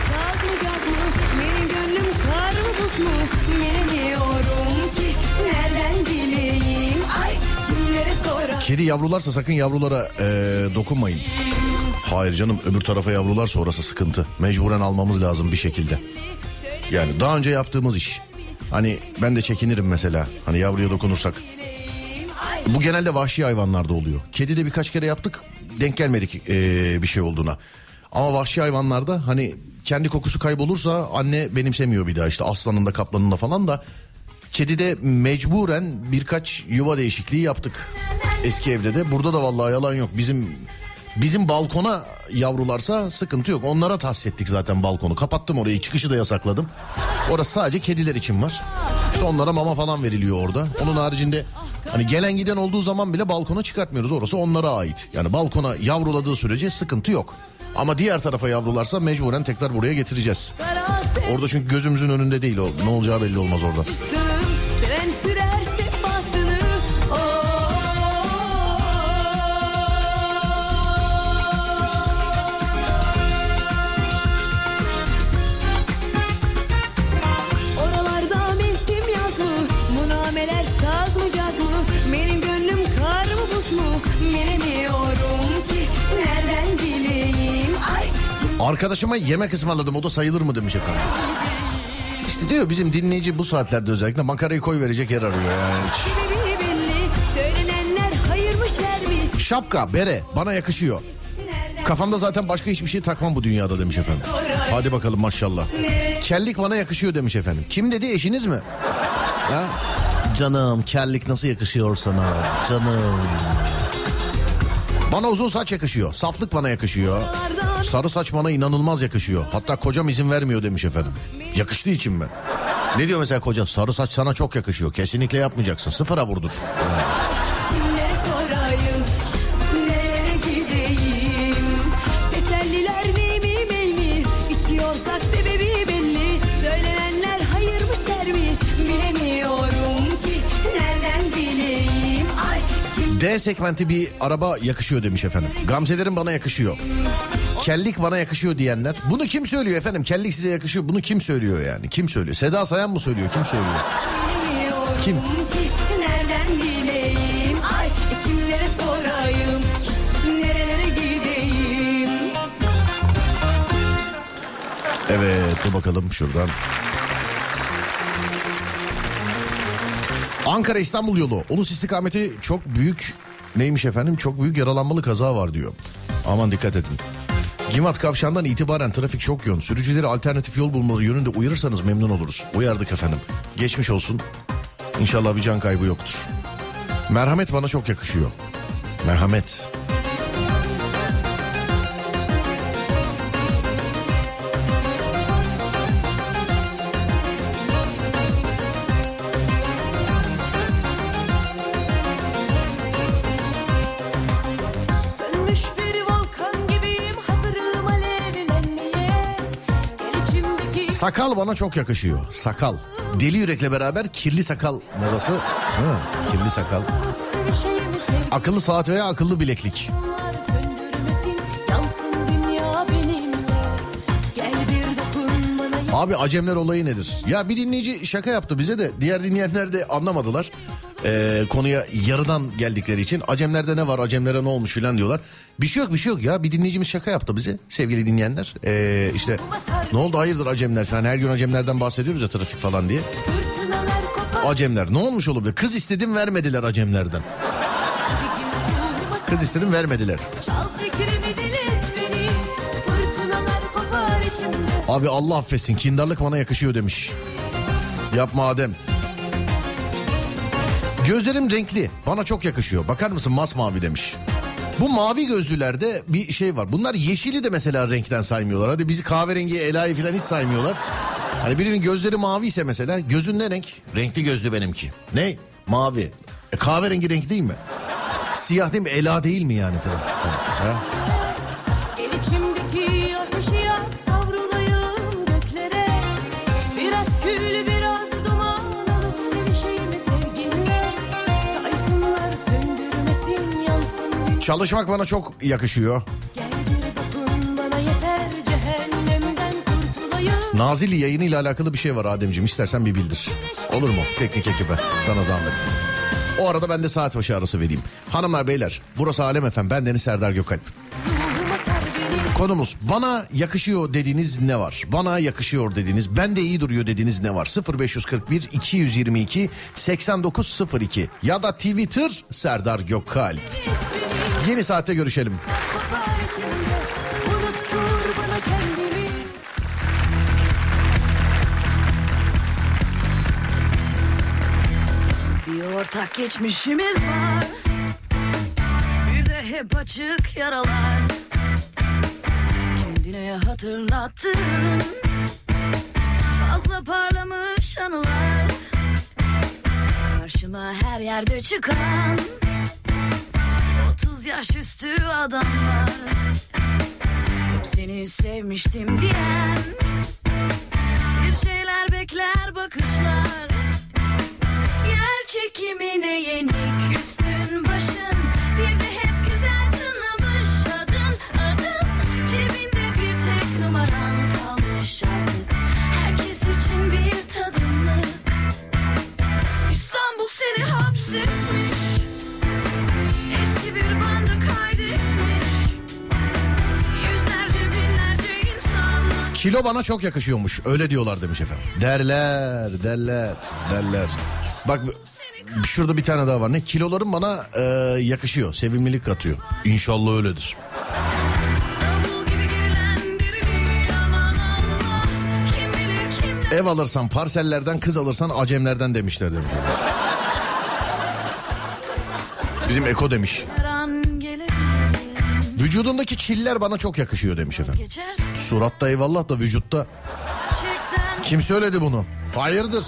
Kedi yavrularsa sakın yavrulara dokunmayın. Hayır canım, öbür tarafa yavrularsa orası sıkıntı. Mecburen almamız lazım bir şekilde. Yani daha önce yaptığımız iş. Hani ben de çekinirim mesela. Hani yavruya dokunursak. Bu genelde vahşi hayvanlarda oluyor. Kedi de birkaç kere yaptık. Denk gelmedik bir şey olduğuna. Ama vahşi hayvanlarda hani kendi kokusu kaybolursa anne benimsemiyor bir daha, işte aslanında kaplanında falan da. Kedide mecburen birkaç yuva değişikliği yaptık eski evde de. Burada da vallahi yalan yok. Bizim balkona yavrularsa sıkıntı yok. Onlara tahsis ettik zaten balkonu. Kapattım orayı, çıkışı da yasakladım. Orası sadece kediler için var. İşte onlara mama falan veriliyor orada. Onun haricinde hani gelen giden olduğu zaman bile balkona çıkartmıyoruz. Orası onlara ait. Yani balkona yavruladığı sürece sıkıntı yok. Ama diğer tarafa yavrularsa mecburen tekrar buraya getireceğiz. Orada çünkü gözümüzün önünde değil o. Ne olacağı belli olmaz orada. Arkadaşıma yemek ısmarladım, o da sayılır mı demiş efendim. İşte diyor bizim dinleyici bu saatlerde özellikle makarayı koy verecek yer arıyor yani. Şapka, bere bana yakışıyor. Kafamda zaten başka hiçbir şey takmam bu dünyada demiş efendim. Hadi bakalım maşallah. Kellik bana yakışıyor demiş efendim. Kim dedi, eşiniz mi? Ya? Canım kellik nasıl yakışıyor sana canım. Bana uzun saç yakışıyor. Saflık bana yakışıyor. Sarı saç bana inanılmaz yakışıyor. Hatta kocam izin vermiyor demiş efendim. Yakıştığı için mi? Ne diyor mesela kocan? Sarı saç sana çok yakışıyor. Kesinlikle yapmayacaksın. Sıfıra vurdur. Kimlere sorayım, nereye gideyim? Teselliler neymi mi? İçiyorsak sebebi belli. Söylenenler hayır mı şer mi? Bilemiyorum ki nereden bileyim. Ay, D segmenti bir araba yakışıyor demiş efendim. Gamzelerin bana yakışıyor. Kellik bana yakışıyor diyenler. Bunu kim söylüyor efendim? Kellik size yakışıyor. Bunu kim söylüyor yani? Kim söylüyor? Seda Sayan mı söylüyor? Kim söylüyor? Kim? Nereden bileyim? Ay, kimlere sorayım? Nerelere gideyim? Evet, dur bakalım şuradan. Ankara İstanbul yolu. Ulus istikameti çok büyük, neymiş efendim? Çok büyük yaralanmalı kaza var diyor. Aman dikkat edin. Gimat Kavşağı'ndan itibaren trafik çok yoğun. Sürücüleri alternatif yol bulmaları yönünde uyarırsanız memnun oluruz. Uyardık efendim. Geçmiş olsun. İnşallah bir can kaybı yoktur. Merhamet bana çok yakışıyor. Merhamet. Sakal bana çok yakışıyor. Sakal. Deli Yürek'le beraber kirli sakal modası. Kirli sakal. Akıllı saat veya akıllı bileklik. Abi Acemler olayı nedir? Ya bir dinleyici şaka yaptı bize de diğer dinleyenler de anlamadılar. Konuya yarıdan geldikleri için Acemlerde ne var, Acemlere ne olmuş filan diyorlar. Bir şey yok ya, bir dinleyicimiz şaka yaptı bize sevgili dinleyenler. İşte ne oldu hayırdır Acemler falan, her gün Acemlerden bahsediyoruz ya trafik falan diye. Acemler ne olmuş olabilir? Kız istedim vermediler Acemlerden. Kız istedim vermediler. Abi Allah affetsin, kindarlık bana yakışıyor demiş. Yapma Adem. Gözlerim renkli, bana çok yakışıyor. Bakar mısın masmavi demiş. Bu mavi gözlülerde bir şey var. Bunlar yeşili de mesela renkten saymıyorlar. Hadi bizi kahverengi, Ela'yı falan hiç saymıyorlar. Hani birinin gözleri mavi ise mesela, gözün ne renk? Renkli gözlü benimki. Ne? Mavi. Kahverengi renk değil mi? Siyah değil mi? Ela değil mi yani falan? Ha? Çalışmak bana çok yakışıyor. Nazilli yayınıyla alakalı bir şey var Ademciğim, istersen bir bildir. Olur mu? Teknik ekibe sana zahmet. O arada ben de saat başı arası vereyim. Hanımlar beyler, burası Alem FM, ben Deniz Serdar Gökalp. Konumuz bana yakışıyor dediğiniz ne var? Bana yakışıyor dediğiniz, bende iyi duruyor dediğiniz ne var? 0541 222 8902 ya da Twitter Serdar Gökalp. Yeni saatte görüşelim. Bir ortak geçmişimiz var, bir de hep açık yaralar. Kendine hatırlattın fazla parlamış anılar. Karşıma her yerde çıkan 30 yaş üstü adamlar. Hep seni sevmiştim diyen, bir şeyler bekler bakışlar. Yer çekimine yenik üstün başın, bir de hep güzel tınlamış adın. Cebinde bir tek numaran kalmış artık, herkes için bir tadımlık. İstanbul seni hapsetmiş, eski bir bandı kaydetmiş. Yüzlerce binlerce insanlar. Kilo bana çok yakışıyormuş, öyle diyorlar demiş efendim. Derler. Bak şurada bir tane daha var. Ne? Kilolarım bana yakışıyor, sevimlilik katıyor. İnşallah öyledir. Ev alırsan parsellerden, kız alırsan Acemlerden demişler demiş. Bizim Eko demiş. Vücudundaki çiller bana çok yakışıyor demiş efendim. Suratta eyvallah da vücutta. Kim söyledi bunu? Hayırdır?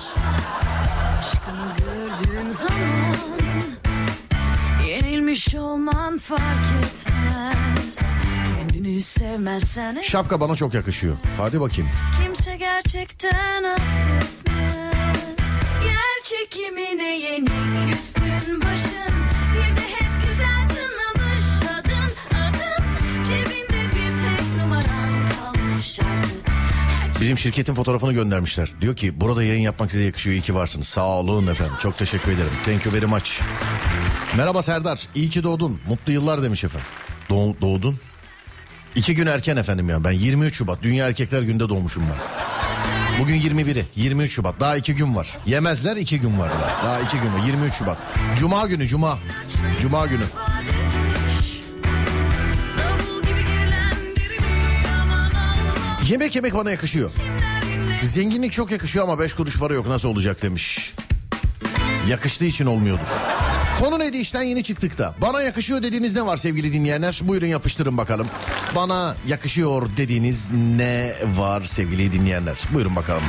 Zaman, yenilmiş olman fark etmez. Kendini sevmezsen şapka bana çok yakışıyor. Hadi bakayım. Kimse gerçekten affetmez. Yer çekimine yenik üstün başın, bir de hep güzel tınlamış adın. Cebinde bir tek numaran kalmış artık. Bizim şirketin fotoğrafını göndermişler. Diyor ki burada yayın yapmak size yakışıyor, iyi ki varsınız. Sağ olun efendim, çok teşekkür ederim. Thank you very much. Merhaba Serdar, iyi ki doğdun. Mutlu yıllar demiş efendim. Doğdun? 2 gün erken efendim ya. Ben 23 Şubat Dünya Erkekler Günü'nde doğmuşum ben. Bugün 21'i, 23 Şubat. Daha 2 gün var. Yemezler, 2 gün var. Daha 2 gün var. 23 Şubat. Cuma günü, Cuma günü. Yemek bana yakışıyor. Zenginlik çok yakışıyor ama 5 kuruş para yok, nasıl olacak demiş. Yakıştığı için olmuyordur. Konu neydi, işten yeni çıktık da. Bana yakışıyor dediğiniz ne var sevgili dinleyenler? Buyurun yapıştırın bakalım. Bana yakışıyor dediğiniz ne var sevgili dinleyenler? Buyurun bakalım.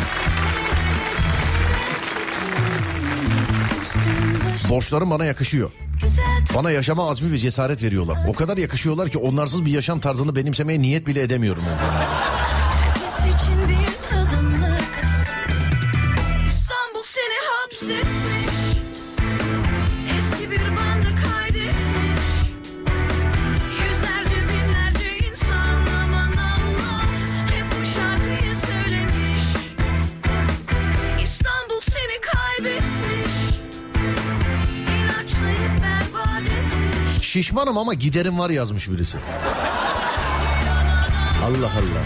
Borçlarım bana yakışıyor. Bana yaşama azmi ve cesaret veriyorlar. O kadar yakışıyorlar ki onlarsız bir yaşam tarzını benimsemeye niyet bile edemiyorum. Herkes için bir tadımlık. Şişmanım ama giderim var yazmış birisi. Allah Allah.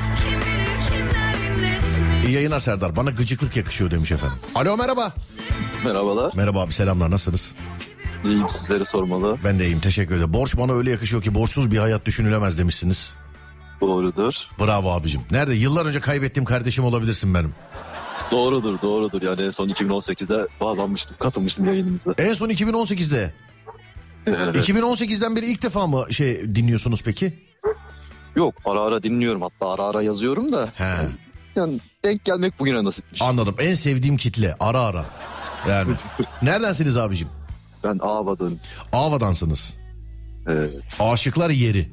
İyi yayınlar Serdar. Bana gıcıklık yakışıyor demiş efendim. Alo merhaba. Merhabalar. Merhaba abi, selamlar, nasılsınız? İyiyim, sizleri sormalı. Ben de iyiyim, teşekkür ederim. Borç bana öyle yakışıyor ki borçsuz bir hayat düşünülemez demişsiniz. Doğrudur. Bravo abicim. Nerede? Yıllar önce kaybettiğim kardeşim olabilirsin benim. Doğrudur. Yani en son 2018'de bağlanmıştım, katılmıştım yayınınıza. En son 2018'de. Evet. 2018'den beri ilk defa mı dinliyorsunuz peki? Yok, ara ara dinliyorum, hatta ara ara yazıyorum da. He. Yani denk gelmek bugüne nasipmiş. Anladım. En sevdiğim kitle ara ara. Yani. Neredensiniz abicim? Ben Ava'danım. Ava'dansınız. Evet. Aşıklar yeri.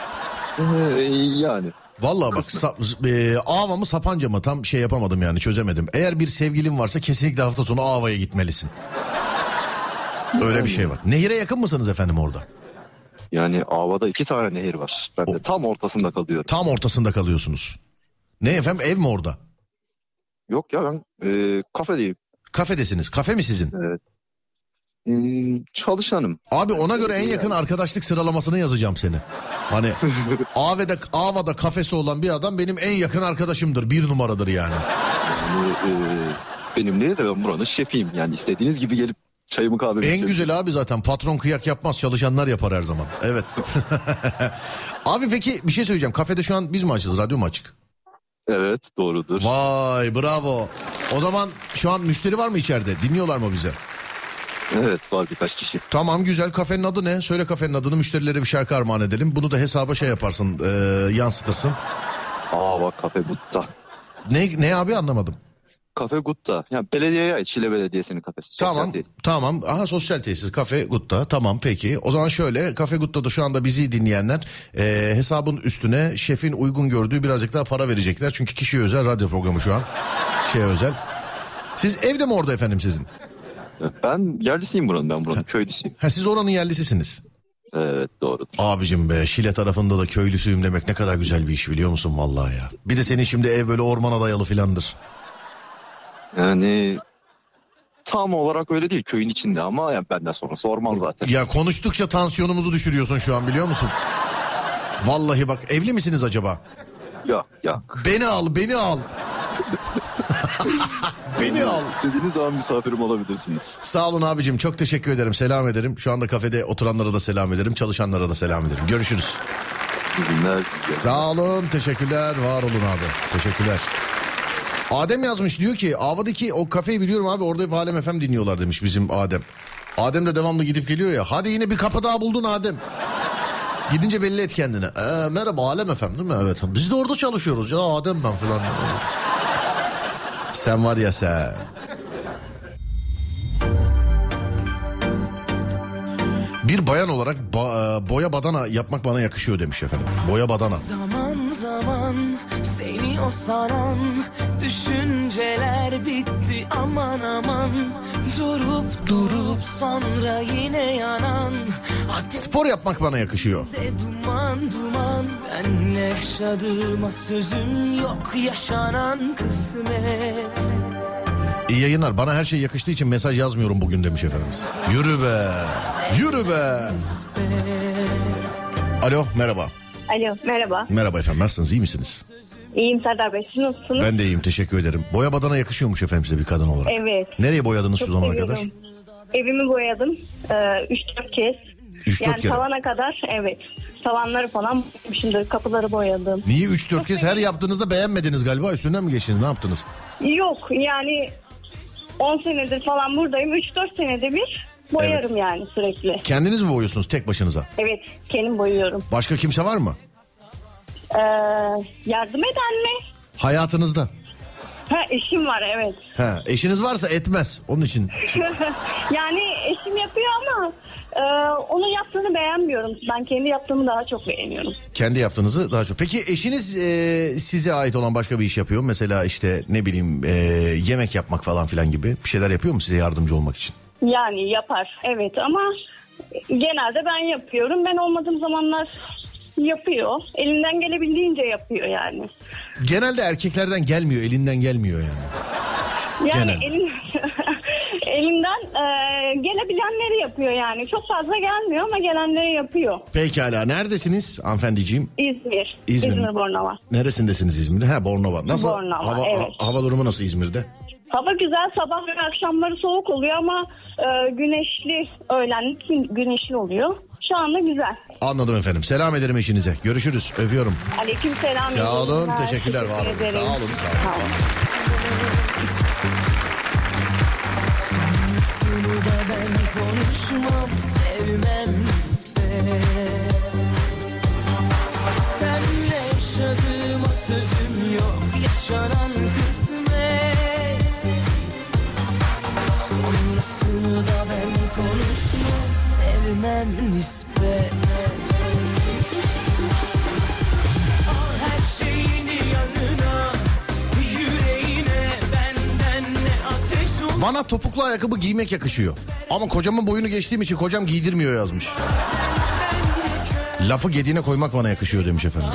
Yani. Vallahi bak Ava mı Sapanca mı tam yapamadım yani, çözemedim. Eğer bir sevgilin varsa kesinlikle hafta sonu Ava'ya gitmelisin. Öyle bir şey var. Nehire yakın mısınız efendim orada? Yani Ava'da 2 tane nehir var. Ben de tam ortasında kalıyorum. Tam ortasında kalıyorsunuz. Ne efendim, ev mi orada? Yok ya, ben kafedeyim. Kafedesiniz. Kafe mi sizin? Evet. Çalışanım. Abi ona göre en yakın arkadaşlık sıralamasını yazacağım seni. Hani Ava'da kafesi olan bir adam benim en yakın arkadaşımdır. 1 numaradır yani. Benim değil de ben buranın şefiyim. Yani istediğiniz gibi gelip çayımı kahvemi en güzel abi zaten. Patron kıyak yapmaz, çalışanlar yapar her zaman. Evet. Abi peki bir şey söyleyeceğim. Kafede şu an biz mi açız? Radyo mu açık? Evet, doğrudur. Vay bravo. O zaman şu an müşteri var mı içeride? Dinliyorlar mı bize? Evet, var birkaç kişi. Tamam, güzel. Kafenin adı ne? Söyle kafenin adını, müşterilere bir şarkı armağan edelim. Bunu da hesaba yaparsın, yansıtırsın. Ava Kafe Gutta. Ne abi, anlamadım. Kafe Gutta. Yani belediyeye ait, Şile Belediyesi'nin kafesi. Tamam. Aha, sosyal tesis Kafe Gutta. Tamam peki. O zaman şöyle, Kafe Gutta'da şu anda bizi dinleyenler hesabın üstüne şefin uygun gördüğü birazcık daha para verecekler. Çünkü kişiye özel radyo programı şu an. Özel. Siz evde mi orada efendim sizin? Ben yerlisiyim buranın, ben buranın köylüsüyüm. Siz oranın yerlisisiniz. Evet, doğrudur. Abicim be, Şile tarafında da köylüsüyüm demek ne kadar güzel bir iş, biliyor musun vallahi ya. Bir de senin şimdi ev böyle ormana dayalı filandır. Yani tam olarak öyle değil, köyün içinde ama yani benden sonrası orman zaten. Ya konuştukça tansiyonumuzu düşürüyorsun şu an, biliyor musun? Vallahi bak, evli misiniz acaba? Yok. Beni al. Beni al. Dediğiniz zaman misafirim olabilirsiniz. Sağ olun abicim, çok teşekkür ederim, selam ederim. Şu anda kafede oturanlara da selam ederim, çalışanlara da selam ederim. Görüşürüz. İyi günler. Sağ olun, teşekkürler, var olun abi, teşekkürler. Adem yazmış, diyor ki Ava'daki o kafeyi biliyorum abi, orada Alem FM dinliyorlar demiş bizim Adem. Adem de devamlı gidip geliyor ya. Hadi yine bir kapı daha buldun Adem. Gidince belli et kendine. Merhaba Alem FM değil mi? Evet. Biz de orada çalışıyoruz ya Adem ben falan. Sen var ya sen. Bir bayan olarak boya badana yapmak bana yakışıyor demiş efendim. Boya badana. Zaman zaman seni o saran düşünceler bitti aman aman. Durup sonra yine yanan. Spor yapmak bana yakışıyor. Duman senle yaşadığıma sözüm yok, yaşanan kısmet. İyi yayınlar. Bana her şey yakıştığı için mesaj yazmıyorum bugün demiş efendimiz. Yürü be. Alo merhaba. Alo merhaba. Merhaba efendim, nasılsınız, iyi misiniz? İyiyim Serdar Bey, siz nasılsınız? Ben de iyiyim, teşekkür ederim. Boya badana yakışıyormuş efendim size bir kadın olarak. Evet. Nereye boyadınız çok şu zamana seviyorum. kadar? Evimi boyadım 3-4 kez. 3-4 yani kere. tavana kadar, evet. Tavanları falan şimdi kapıları boyadım. Niye 3-4 kez? Her yaptığınızda beğenmediniz galiba, üstünden mi geçtiniz, ne yaptınız? Yok yani 10 senedir falan buradayım. 3-4 senede bir boyarım yani sürekli. Kendiniz mi boyuyorsunuz tek başınıza? Evet, kendim boyuyorum. Başka kimse var mı? Yardım eden mi? Hayatınızda? Eşim var, evet. Eşiniz varsa etmez onun için. Yani eşim yapıyor ama onun yaptığını beğenmiyorum. Ben kendi yaptığımı daha çok beğeniyorum. Kendi yaptığınızı daha çok. Peki eşiniz size ait olan başka bir iş yapıyor mu? Mesela işte ne bileyim yemek yapmak falan filan gibi bir şeyler yapıyor mu size yardımcı olmak için? Yani yapar, evet, ama genelde ben yapıyorum. Ben olmadığım zamanlar yapıyor. Elinden gelebildiğince yapıyor yani. Genelde erkeklerden gelmiyor, elinden gelmiyor yani. Yani elinden gelebilenleri yapıyor yani. Çok fazla gelmiyor ama gelenleri yapıyor. Pekala. Neredesiniz hanımefendiciğim? İzmir. İzmir. İzmir Bornova. Neresindesiniz İzmir'de? Ha, Bornova. Nasıl? Bornova, evet. Hava durumu nasıl İzmir'de? Hava güzel, sabah ve akşamları soğuk oluyor ama güneşli, öğlenlik güneşli oluyor. Şu anda güzel. Anladım efendim. Selam ederim eşinize. Görüşürüz. Öpüyorum. Aleykümselam. Sağ olun. Teşekkürler. Var olun. Sağ olun. Sağ olun. Seni de ben konuşmam, sevmem nispet. Senle yaşadığıma sözüm yok, yaşanan kısmet. Sonrasını da ben konuşmam, sevmem nispet. Al her şeyini yanına, yüreğine, benden ne ateş olur. Bana topuklu ayakkabı giymek yakışıyor. Ama kocamın boyunu geçtiğim için kocam giydirmiyor yazmış. Lafı gediğine koymak bana yakışıyor demiş efendim.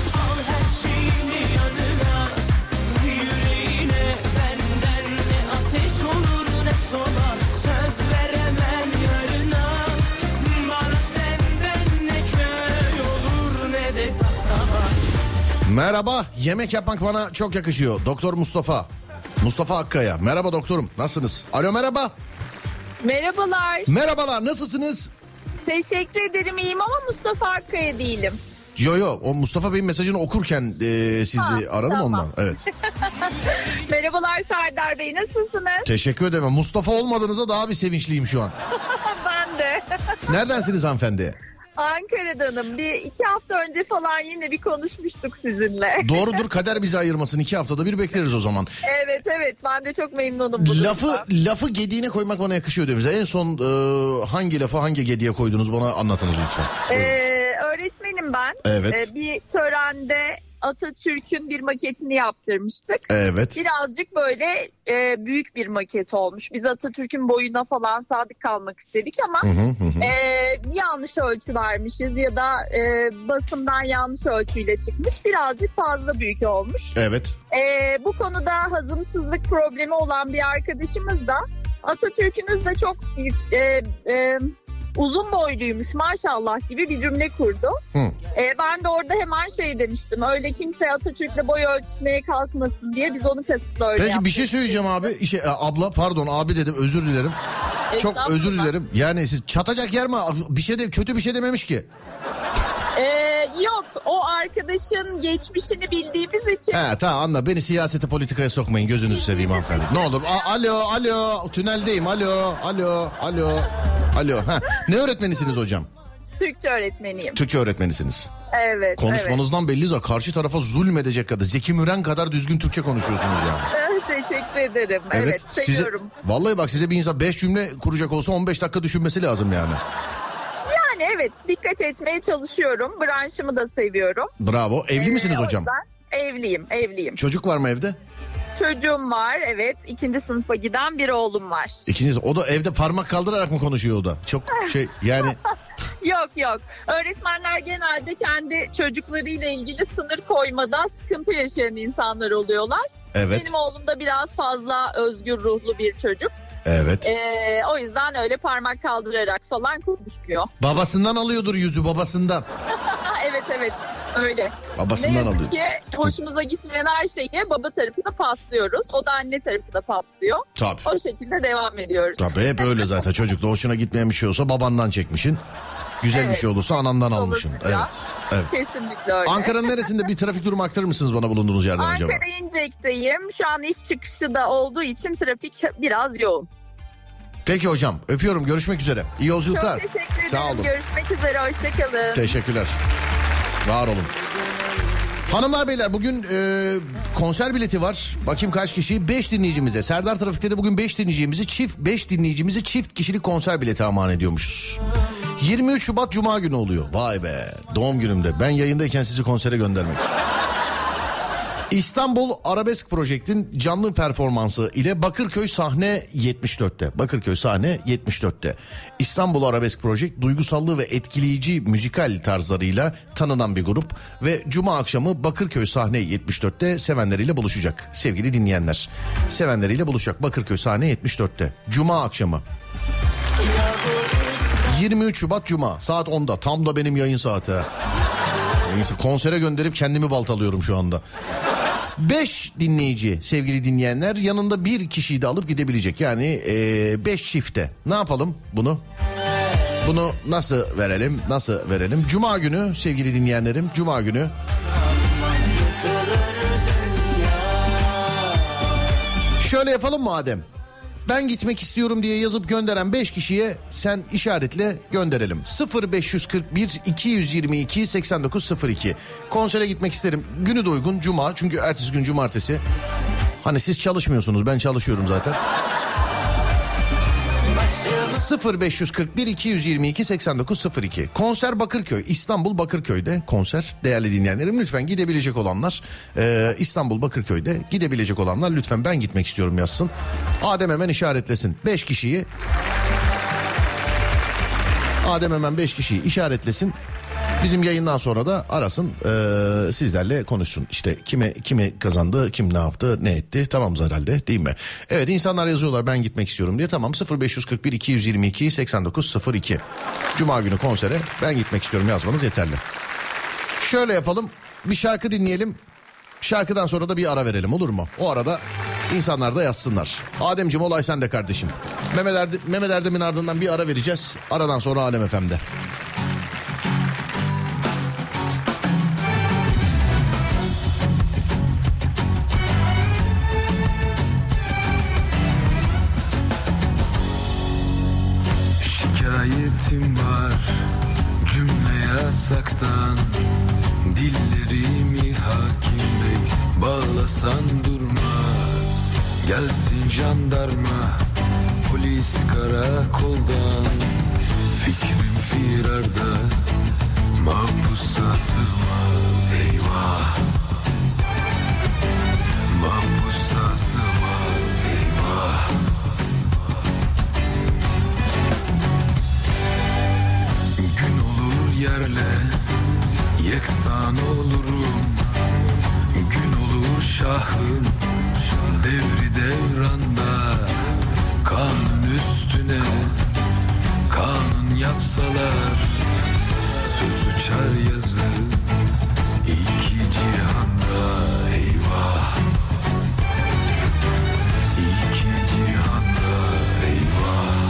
Merhaba, yemek yapmak bana çok yakışıyor. Doktor Mustafa. Mustafa Akkaya. Merhaba doktorum, nasılsınız? Alo, merhaba. Merhabalar. Merhabalar, nasılsınız? Teşekkür ederim, iyiyim ama Mustafa Akkaya değilim. Yo, o Mustafa Bey'in mesajını okurken sizi aradım tamam. Ondan. Evet. Merhabalar Serdar Bey, nasılsınız? Teşekkür ederim. Mustafa olmadığınızda daha bir sevinçliyim şu an. Ben de. Neredensiniz hanımefendi? Ankara'danım. 2 hafta önce falan yine bir konuşmuştuk sizinle. Doğrudur, kader bizi ayırmasın. 2 haftada bir bekleriz o zaman. Evet, ben de çok memnunum. Lafı gediğine koymak bana yakışıyor demiş. En son hangi lafı hangi gediye koydunuz bana anlatınız lütfen. Öğretmenim ben. Evet. Bir törende Atatürk'ün bir maketini yaptırmıştık. Evet. Birazcık böyle büyük bir maket olmuş. Biz Atatürk'ün boyuna falan sadık kalmak istedik ama yanlış ölçü vermişiz ya da basımdan yanlış ölçüyle çıkmış. Birazcık fazla büyük olmuş. Evet. Bu konuda hazımsızlık problemi olan bir arkadaşımız da Atatürk'ünüz de çok uzun boyluymuş maşallah gibi bir cümle kurdu. Ben de orada hemen demiştim. Öyle kimse Atatürk'le boy ölçmeye kalkmasın diye biz onu kasıtlı öyle yaptık. Peki bir şey söyleyeceğim abi. Abla pardon abi dedim, özür dilerim. Çok özür dilerim. Yani siz çatacak yer mi? Bir şey de kötü bir şey dememiş ki. Yok, o arkadaşın geçmişini bildiğimiz için. Tamam anla, beni siyasete politikaya sokmayın, gözünüzü seveyim hanımefendi. Ne olur. Alo tüneldeyim. Alo. Ne öğretmenisiniz hocam? Türkçe öğretmeniyim. Türkçe öğretmenisiniz. Evet. Konuşmanızdan belli zaten, karşı tarafa zulmedecek kadar, Zeki Müren kadar düzgün Türkçe konuşuyorsunuz yani. Teşekkür ederim. Evet seviyorum. Vallahi bak, size bir insan 5 cümle kuracak olsa 15 dakika düşünmesi lazım yani. Yani evet, dikkat etmeye çalışıyorum. Branşımı da seviyorum. Bravo. Evli misiniz hocam? Evliyim. Çocuk var mı evde? Çocuğum var, evet. 2. sınıfa giden bir oğlum var. O da evde parmak kaldırarak mı konuşuyor o da? Çok yani... Yok. Öğretmenler genelde kendi çocuklarıyla ilgili sınır koymadan sıkıntı yaşayan insanlar oluyorlar. Evet. Benim oğlum da biraz fazla özgür ruhlu bir çocuk. Evet. O yüzden öyle parmak kaldırarak falan konuşmuyor. Babasından alıyordur yüzü, babasından. Evet öyle. Babasından alıyor. Ki hoşumuza gitmeyen her şeyi baba tarafına paslıyoruz. O da anne tarafına paslıyor. Tabii. O şekilde devam ediyoruz. Tabii hep öyle zaten. Çocukla hoşuna gitmeyen bir şey olsa babandan çekmişin. Güzel bir şey olursa anandan almışsın. Evet. Kesinlikle öyle. Ankara'nın neresinde bir trafik durumu aktarır mısınız bana bulunduğunuz yerden acaba? Ankara İncek'teyim. Şu an iş çıkışı da olduğu için trafik biraz yoğun. Peki hocam, öpüyorum, görüşmek üzere. İyi yolculuklar. Çok teşekkür ederim. Sağ olun. Görüşmek üzere, hoşçakalın. Teşekkürler. Var olun. Hanımlar beyler, bugün konser bileti var. Bakayım kaç kişi? 5 dinleyicimize. Serdar Trafik'te de bugün 5 dinleyicimizi çift kişilik konser bileti armağan ediyormuşuz. 23 Şubat Cuma günü oluyor. Vay be, doğum günümde. Ben yayındayken sizi konsere göndermek. İstanbul Arabesk Project'in canlı performansı ile Bakırköy sahne 74'te. Bakırköy sahne 74'te. İstanbul Arabesk Project duygusallığı ve etkileyici müzikal tarzlarıyla tanınan bir grup ve cuma akşamı Bakırköy sahne 74'te sevenleriyle buluşacak. Sevgili dinleyenler, sevenleriyle buluşacak Bakırköy sahne 74'te. Cuma akşamı. 23 Şubat Cuma saat 10'da, tam da benim yayın saati. Neyse, konsere gönderip kendimi baltalıyorum şu anda. 5 dinleyici sevgili dinleyenler, yanında bir kişiyi de alıp gidebilecek. Yani 5 çifte. Ne yapalım bunu? Bunu nasıl verelim? Cuma günü sevgili dinleyenlerim, Cuma günü. Şöyle yapalım madem. Ben gitmek istiyorum diye yazıp gönderen 5 kişiye sen işaretle gönderelim. 0541 222 8902. Konsere gitmek isterim. Günü de uygun, Cuma, çünkü ertesi gün cumartesi. Hani siz çalışmıyorsunuz, ben çalışıyorum zaten. 0541 222 8902. Konser Bakırköy, İstanbul Bakırköy'de konser. Değerli dinleyenlerim, lütfen gidebilecek olanlar İstanbul Bakırköy'de gidebilecek olanlar lütfen ben gitmek istiyorum yazsın. Adem hemen işaretlesin 5 kişiyi. Adem hemen 5 kişiyi işaretlesin. Bizim yayından sonra da arasın, sizlerle konuşsun. İşte kime kazandı, kim ne yaptı, ne etti, tamamız herhalde, değil mi? Evet, insanlar yazıyorlar ben gitmek istiyorum diye. Tamam, 0541 222 8902. Cuma günü konsere ben gitmek istiyorum yazmanız yeterli. Şöyle yapalım, bir şarkı dinleyelim. Şarkıdan sonra da bir ara verelim, olur mu? O arada insanlar da yazsınlar. Ademciğim, olay sende kardeşim. Mehmet Erdem'in ardından bir ara vereceğiz. Aradan sonra Alem FM'de. Şikayetim var cümle yasaktan, dillerimi hakim bey bağlasan durmaz. Gelsin jandarma, polis karakoldan, fikrim firarda, mahpusa sığmaz. Eyvah, mahpusa sığmaz. Eyvah. Yerle yeksan olurum, gün olur şahım devri devranda. Kanun üstüne kanun yapsalar, söz uçar yazı iki cihanda. Eyvah, iki cihanda. Eyvah,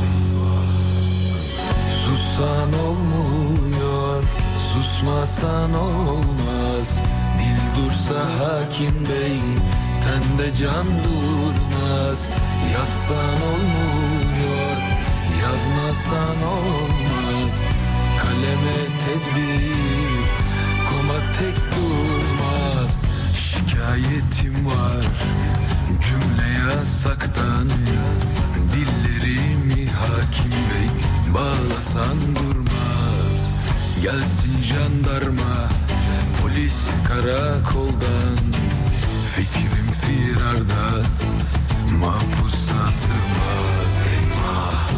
sussan olmuyor, susmasan olmaz. Dil dursa hakim bey, tende can durmaz. Yazsan olmuyor, yazmasan olmaz. Kaleme tedbir, komak tek durmaz. Şikayetim var cümle yasaktan, dillerimi hakim bey bağlasan durmaz. Gelsin jandarma, polis karakoldan, fikrim firarda, mahpusa sığmaz. Eyvah,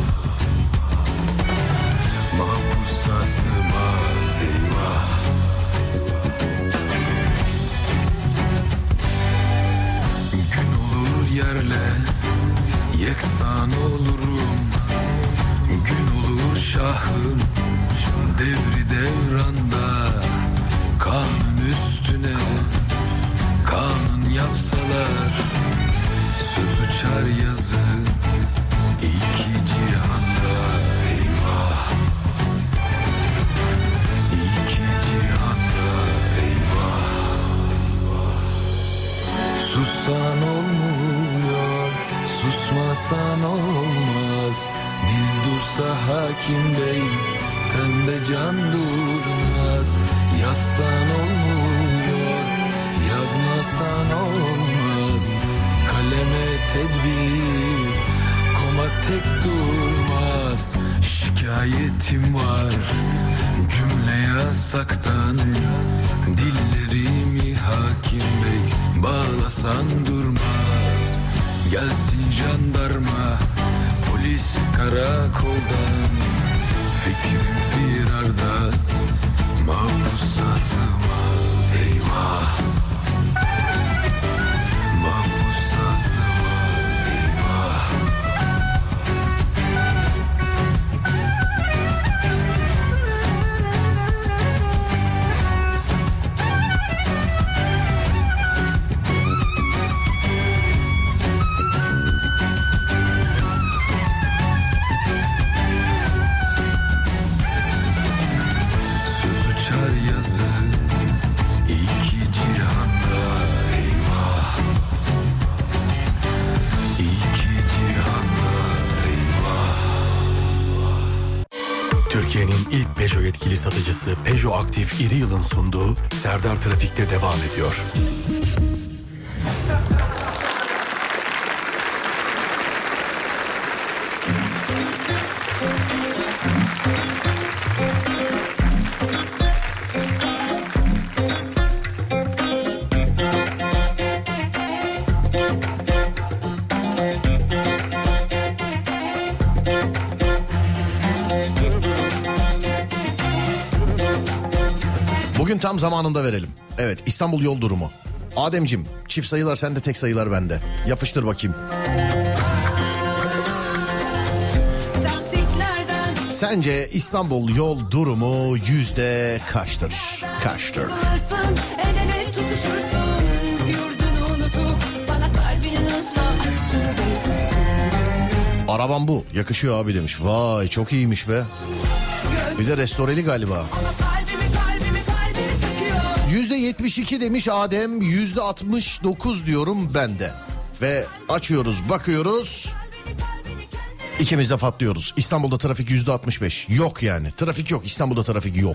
mahpusa sığmaz. Eyvah. Gün olur yerle yeksan olurum, gün olur şahım devri devranda. Kanun üstüne kanun yapsalar, söz uçar yazı iki cihanda. Eyvah, iki cihanda. Eyvah, sussan olmuyor, susmasan olmaz. Dil dursa hakim bey, tende can durmaz. Yazsan olmuyor, yazmasan olmaz. Kaleme tedbir, komak tek durmaz. Şikayetim var cümle yasaktan, dillerimi hakim bey arasan durmaz. Gelsin jandarma, polis karakoldan. Fikrim firarda, mahpusa sığmaz. Eyvah, mahpusa sığmaz. Eyvah. Türkiye'nin ilk Peugeot yetkili satıcısı Peugeot Aktif İri Yıl'ın sunduğu Serdar Trafik'te devam ediyor. Bugün tam zamanında verelim. Evet, İstanbul yol durumu. Ademcim, çift sayılar sende, tek sayılar bende. Yapıştır bakayım. Sence İstanbul yol durumu yüzde kaçtır? Kaçtır? El ele tutuşursun, yurdunu unutup bana kalbinin hızla atışını unutup. Arabam bu. Yakışıyor abi demiş. Vay çok iyiymiş be. Bir de restoreli galiba. %72 demiş Adem, %69 diyorum ben de. Ve açıyoruz, bakıyoruz. İkimiz de patlıyoruz. İstanbul'da trafik %65. Yok yani. Trafik yok. İstanbul'da trafik yok.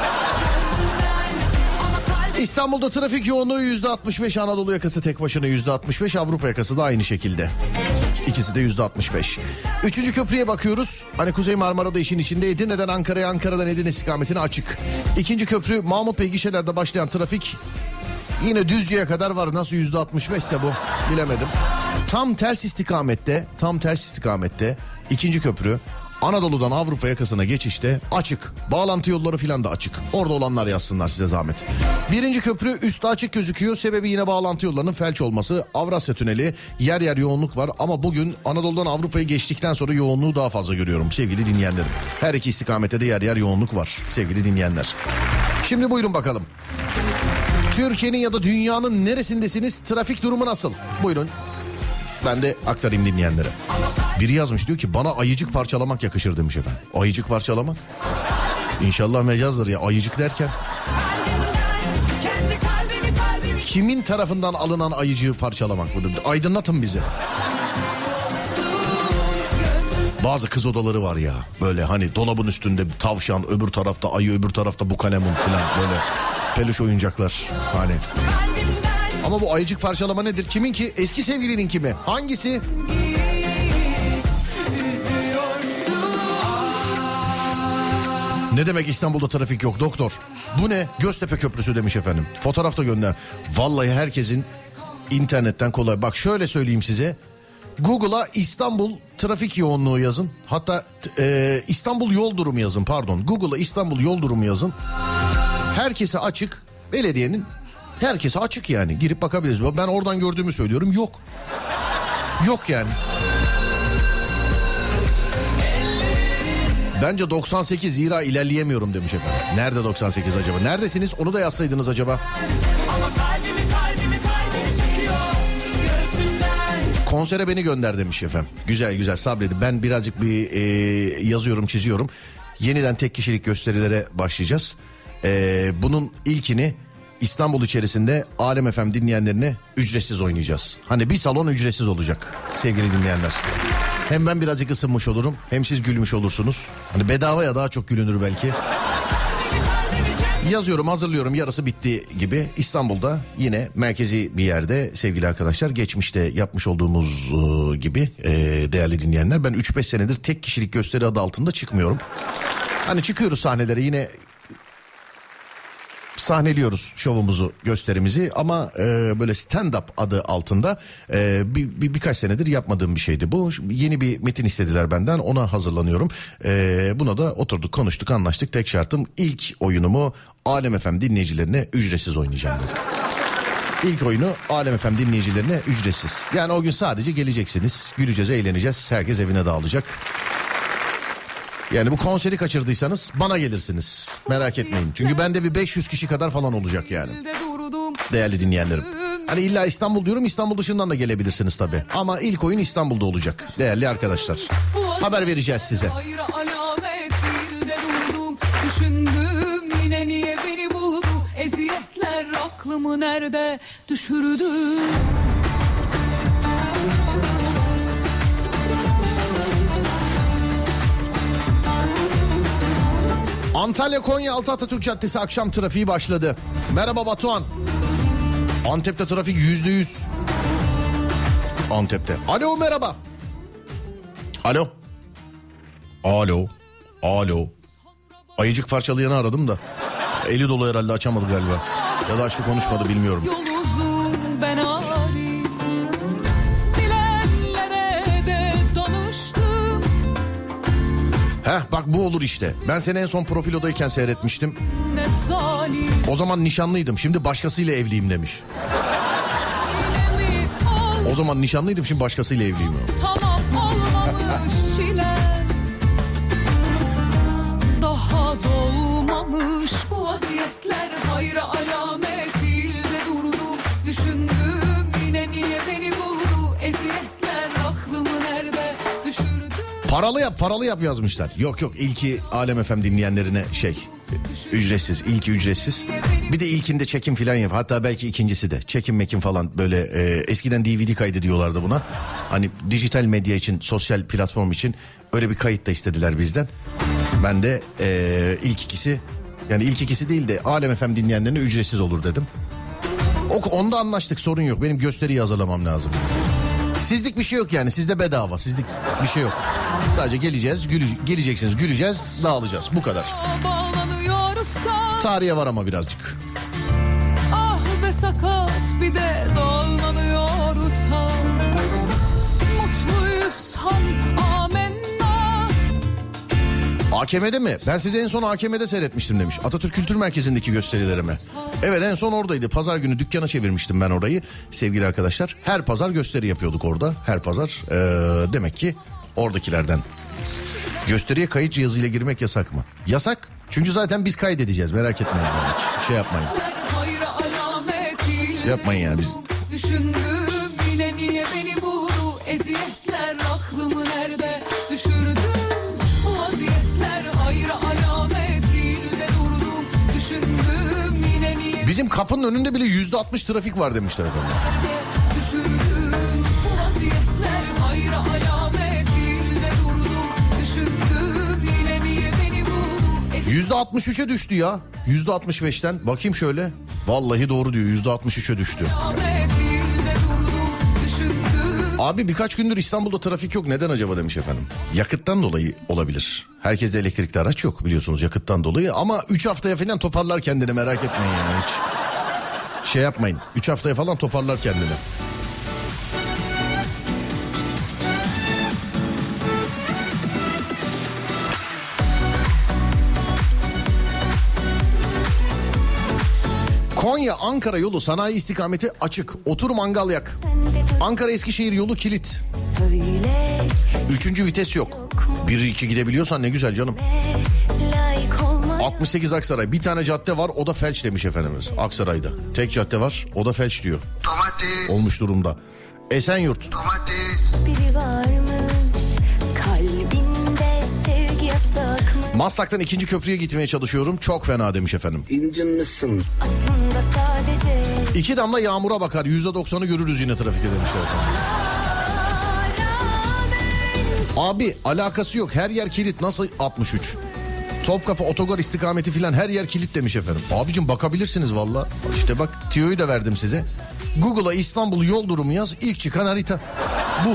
İstanbul'da trafik yoğunluğu %65. Anadolu yakası tek başına %65. Avrupa yakası da aynı şekilde. İkisi de %65. Üçüncü köprüye bakıyoruz. Hani Kuzey Marmara'da işin içinde. Edirne'den Ankara'ya, Ankara'dan Edirne istikametine açık. İkinci köprü Mahmut Bey gişelerde başlayan trafik yine Düzce'ye kadar var. Nasıl %65 ise bu bilemedim. Tam ters istikamette ikinci köprü Anadolu'dan Avrupa yakasına geçişte açık. Bağlantı yolları filan da açık. Orada olanlar yazsınlar size zahmet. Birinci köprü üstü açık gözüküyor. Sebebi yine bağlantı yollarının felç olması. Avrasya Tüneli, yer yer yoğunluk var. Ama bugün Anadolu'dan Avrupa'yı geçtikten sonra yoğunluğu daha fazla görüyorum sevgili dinleyenlerim. Her iki istikamette de yer yer yoğunluk var sevgili dinleyenler. Şimdi buyurun bakalım. Türkiye'nin ya da dünyanın neresindesiniz? Trafik durumu nasıl? Buyurun. Ben de aktarayım dinleyenlere. Biri yazmış, diyor ki bana ayıcık parçalamak yakışır demiş efendim. Ayıcık parçalamak? İnşallah mecazdır ya, ayıcık derken. Kimin tarafından alınan ayıcığı parçalamak burada? Aydınlatın bizi. Bazı kız odaları var ya, böyle hani dolabın üstünde tavşan, öbür tarafta ayı, öbür tarafta bu kalemun falan, böyle peluş oyuncaklar hani. Ama bu ayıcık parçalama nedir? Kimin ki? Eski sevgilinin kimi? Hangisi? Ne demek İstanbul'da trafik yok doktor? Bu ne? Göztepe Köprüsü demiş efendim. Fotoğraf da gönder. Vallahi herkesin internetten kolay. Bak şöyle söyleyeyim size. Google'a İstanbul trafik yoğunluğu yazın. Hatta İstanbul yol durumu yazın pardon. Google'a İstanbul yol durumu yazın. Herkese açık. Belediyenin herkese açık yani. Girip bakabiliriz. Ben oradan gördüğümü söylüyorum. Yok. Yok yani. Bence 98 zira ilerleyemiyorum demiş efendim. Nerede 98 acaba? Neredesiniz? Onu da yazsaydınız acaba. Konsere beni gönder demiş efendim. Güzel güzel sabredin. Ben birazcık bir yazıyorum çiziyorum. Yeniden tek kişilik gösterilere başlayacağız. Bunun ilkini İstanbul içerisinde Alem FM dinleyenlerine ücretsiz oynayacağız. Hani bir salon ücretsiz olacak sevgili dinleyenler. Hem ben birazcık ısınmış olurum hem siz gülmüş olursunuz. Hani bedavaya daha çok gülünür belki. Yazıyorum, hazırlıyorum, yarısı bitti gibi. İstanbul'da yine merkezi bir yerde sevgili arkadaşlar, geçmişte yapmış olduğumuz gibi değerli dinleyenler, ben 3-5 senedir tek kişilik gösteri adı altında çıkmıyorum. Hani çıkıyoruz sahnelere, yine sahneliyoruz şovumuzu, gösterimizi ama böyle stand-up adı altında birkaç senedir yapmadığım bir şeydi bu. Yeni bir metin istediler benden, ona hazırlanıyorum. Buna da oturduk, konuştuk, anlaştık. Tek şartım, ilk oyunumu Alem FM dinleyicilerine ücretsiz oynayacağım dedim. İlk oyunu Alem FM dinleyicilerine ücretsiz. Yani o gün sadece geleceksiniz, güleceğiz, eğleneceğiz, herkes evine dağılacak. Yani bu konseri kaçırdıysanız bana gelirsiniz. Merak etmeyin. Çünkü bende bir 500 kişi kadar falan olacak yani. Değerli dinleyenlerim. Hani illa İstanbul diyorum, İstanbul dışından da gelebilirsiniz tabii. Ama ilk oyun İstanbul'da olacak değerli arkadaşlar. Haber vereceğiz size. Düşündüm yine niye beni buldu. Eziyetler aklımı nerede düşürdü. Antalya Konya Altı Atatürk Caddesi akşam trafiği başladı. Merhaba Batuhan. Antep'te trafik %100. Antep'te. Alo, merhaba. Alo. Alo. Alo. Ayıcık parçalayanı aradım da. Eli dolu herhalde, açamadı galiba. Ya da açtı, konuşmadı, bilmiyorum. Ben Ali, bilenlere de danıştım. Heh, bak bu olur işte. Ben seni en son Profilodayken seyretmiştim. O zaman nişanlıydım, şimdi başkasıyla evliyim demiş. O zaman nişanlıydım, şimdi başkasıyla evliyim. Tamam olmamış çile. Daha dolmamış bu vaziyetler, hayra alamet değil de durdum. Düşündüm yine niye beni buldu. Eziyetler aklımı nerede düşürdü. Paralı yap yazmışlar. Yok ilki Alem FM dinleyenlerine ücretsiz, ilki ücretsiz. Bir de ilkinde çekim falan yap. Hatta belki ikincisi de çekim mekim falan böyle eskiden DVD kaydı diyorlardı buna. Hani dijital medya için, sosyal platform için öyle bir kayıt da istediler bizden. Ben de ilk ikisi değil de Alem FM dinleyenlerine ücretsiz olur dedim. Onda anlaştık, sorun yok. Benim gösteriyi hazırlamam lazım. Sizlik bir şey yok yani, sizde bedava, sizlik bir şey yok. Sadece geleceksiniz, güleceğiz, dağılacağız, bu kadar. Tarihe var ama birazcık. Ah be sakat, bir de dağlanıyoruz ha. Mutluyuz ham amenna. AKM'de mi? Ben sizi en son AKM'de seyretmiştim demiş. Atatürk Kültür Merkezi'ndeki gösterilerime. Evet, en son oradaydı. Pazar günü dükkana çevirmiştim ben orayı sevgili arkadaşlar. Her pazar gösteri yapıyorduk orada. Her pazar demek ki oradakilerden. Gösteriye kayıt cihazıyla girmek yasak mı? Yasak. Çünkü zaten biz kaydedeceğiz, merak etmeyin. Yani. Yapmayın. Yapmayın yani biz. Düşündüm yine niye beni buldu. Eziyetler aklımı nerede düşürdü. Bu vaziyetler hayra alamet değil de durdum. Düşündüm yine niye. Bizim kapının önünde bile %60 trafik var demişler efendim. Düşürdüm. Bu vaziyetler hayra alamet değil de durdum. Düşündüm yine niye beni buldu. %63'e düştü ya. %65'ten. Bakayım şöyle. Vallahi doğru diyor. %63'e düştü. Abi birkaç gündür İstanbul'da trafik yok. Neden acaba demiş efendim. Yakıttan dolayı olabilir. Herkeste elektrikli araç yok biliyorsunuz, yakıttan dolayı. Ama 3 haftaya falan toparlar kendini, merak etmeyin yani hiç. Yapmayın. 3 haftaya falan toparlar kendini. Konya-Ankara yolu sanayi istikameti açık. Otur mangal yak. Ankara-Eskişehir yolu kilit. 3. vites yok. 1-2 gidebiliyorsan ne güzel canım. 68 Aksaray. Bir tane cadde var, o da felç demiş efendimiz. Aksaray'da. Tek cadde var, o da felç diyor. Domates. Olmuş durumda. Esenyurt. Domates. Biri varmış kalbinde sevgi yasak mı? Maslak'tan 2. köprüye gitmeye çalışıyorum. Çok fena demiş efendim. İncinmişsin. Aslında sadece 2 damla yağmura bakar. %90'ı görürüz yine trafikte demişler efendim. Abi alakası yok. Her yer kilit. Nasıl 63? Topkapı otogar istikameti filan her yer kilit demiş efendim. Abicim bakabilirsiniz valla. İşte bak, tiyoyu da verdim size. Google'a İstanbul yol durumu yaz. İlk çıkan harita bu.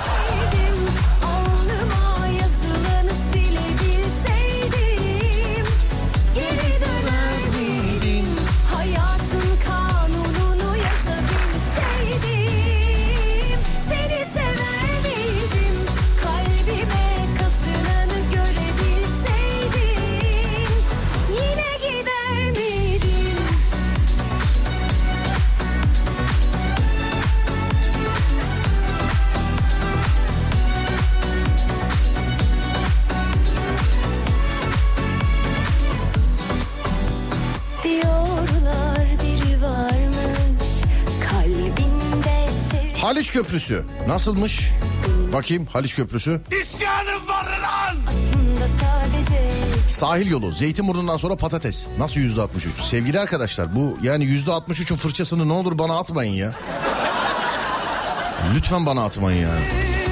alnıma yazılanı silebilseydim geri döner miydim? Haliç Köprüsü nasılmış? Bakayım Haliç Köprüsü. İsyanım var lan! Sahil yolu Zeytinburnu'ndan sonra patates. Nasıl %63? Sevgili arkadaşlar bu yani %63'ün fırçasını ne olur bana atmayın ya. Lütfen bana atmayın yani.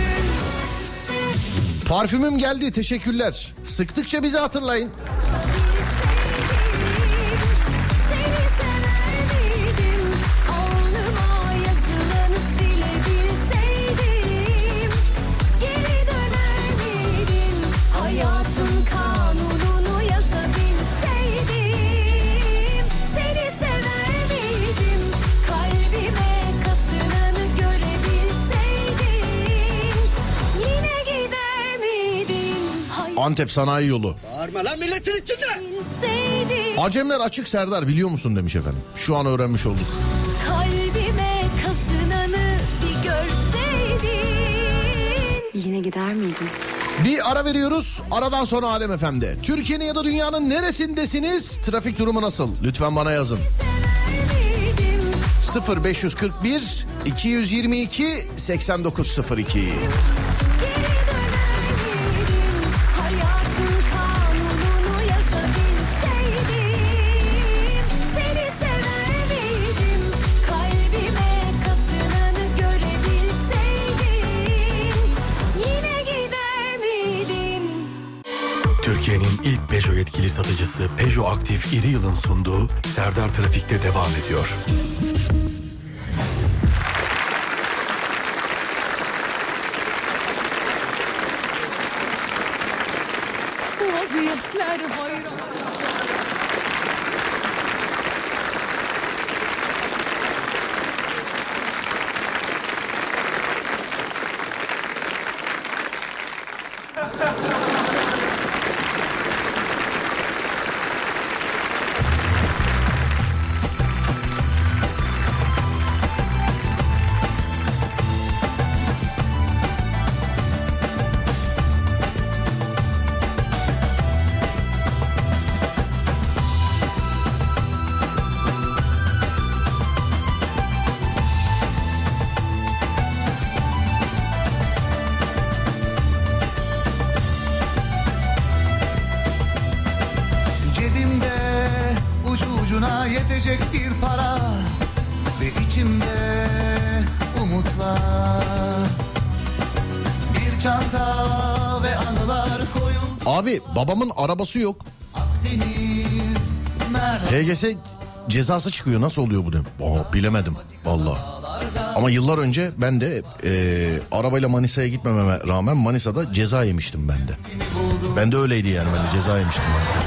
Parfümüm geldi, teşekkürler. Sıktıkça bizi hatırlayın. Antep sanayi yolu. Bağırma lan milletin içinde. Acemler açık Serdar biliyor musun demiş efendim. Şu an öğrenmiş olduk. Kalbime kazınanı bir görseydin. Yine gider miydin? Bir ara veriyoruz. Aradan sonra Alem FM'de. Türkiye'nin ya da dünyanın neresindesiniz? Trafik durumu nasıl? Lütfen bana yazın. 0541 222 8902. Türkiye'nin ilk Peugeot yetkili satıcısı Peugeot Aktif İri Yıl'ın sunduğu Serdar Trafik'te devam ediyor. Vaziyetler hayran. Yetecek bir para ve içimde umutlar, bir çanta ve anılar koyun. Abi babamın arabası yok. Akdeniz HGS cezası çıkıyor, nasıl oluyor bu diyorum. Bilemedim vallahi. Ama yıllar önce ben de arabayla Manisa'ya gitmememe rağmen Manisa'da ceza yemiştim ben de. Ben de öyleydi yani, ben de ceza yemiştim ben de.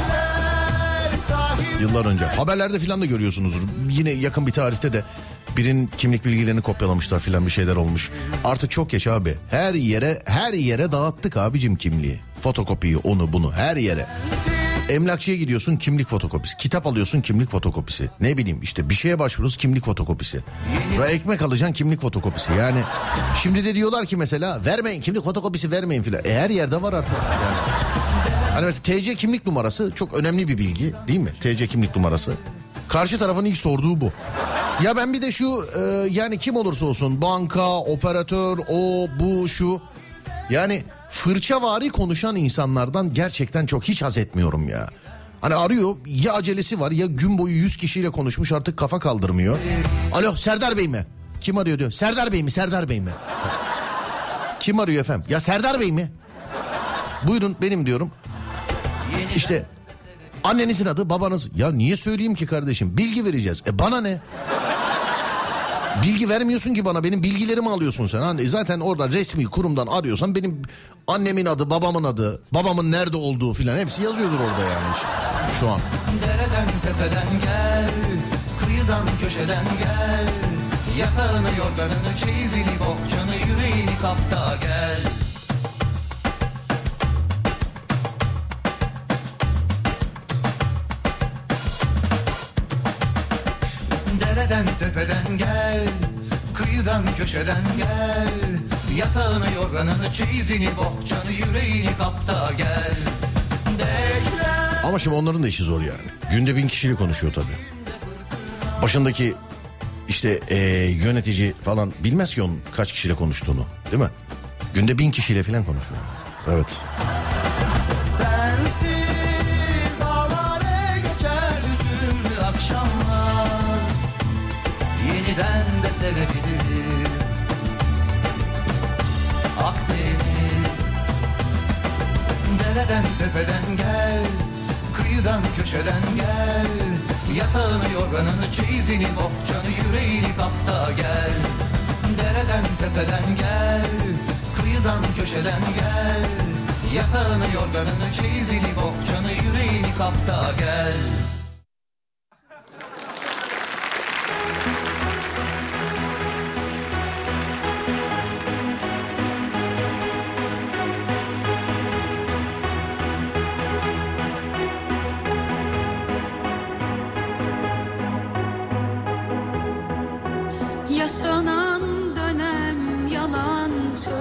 Yıllar önce. Haberlerde filan da görüyorsunuzdur. Yine yakın bir tarihte de birinin kimlik bilgilerini kopyalamışlar filan, bir şeyler olmuş. Artık çok geç abi. Her yere dağıttık abicim kimliği. Fotokopiyi, onu bunu, her yere. Emlakçıya gidiyorsun, kimlik fotokopisi. Kitap alıyorsun, kimlik fotokopisi. Ne bileyim işte bir şeye başvuruyoruz, kimlik fotokopisi. Ve ekmek alacaksın, kimlik fotokopisi. Yani şimdi de diyorlar ki mesela vermeyin, kimlik fotokopisi vermeyin filan. Her yerde var artık yani. Hani mesela TC kimlik numarası çok önemli bir bilgi değil mi? TC kimlik numarası. Karşı tarafın ilk sorduğu bu. Ya ben bir de şu yani kim olursa olsun, banka, operatör, o bu şu. Yani fırçavari konuşan insanlardan gerçekten çok hiç haz etmiyorum ya. Hani arıyor, ya acelesi var ya gün boyu 100 kişiyle konuşmuş, artık kafa kaldırmıyor. Alo Serdar Bey mi? Kim arıyor diyor. Serdar Bey mi? Serdar Bey mi? Kim arıyor efendim? Ya Serdar Bey mi? Buyurun benim diyorum. İşte annenizin adı, babanız. Ya niye söyleyeyim ki kardeşim? Bilgi vereceğiz. Bana ne? Bilgi vermiyorsun ki bana. Benim bilgilerimi alıyorsun sen. Zaten orada resmi kurumdan arıyorsan benim annemin adı, babamın adı, babamın nerede olduğu filan hepsi yazıyordur orada yani şu an. Dereden tepeden gel, kıyıdan köşeden gel. Yatağını, yorganını, çeyizini, bohçanı, yüreğini kap da gel. Dereden tepeden gel, kıyıdan köşeden gel. Yatağını, yorganını, çeyizini, bohçanı, yüreğini kap da gel. Bekle. Ama şimdi onların da işi zor yani. Günde 1000 kişiyle konuşuyor tabii. Başındaki işte yönetici falan bilmez ki onun kaç kişiyle konuştuğunu, değil mi? Günde 1000 kişiyle falan konuşuyor. Evet. Sensiz avare geçer üzümlü akşamlar. Yeniden de sevebiliriz. Akdeniz. Dereden tepeden gel, kıyıdan köşeden gel. Yatağını, yorganını, çeyizini, bohçanı, yüreğini kapta gel. Dereden tepeden gel, kıyıdan köşeden gel. Yatağını, yorganını, çeyizini, bohçanı, yüreğini kapta gel. Yaşanan dönem yalancı,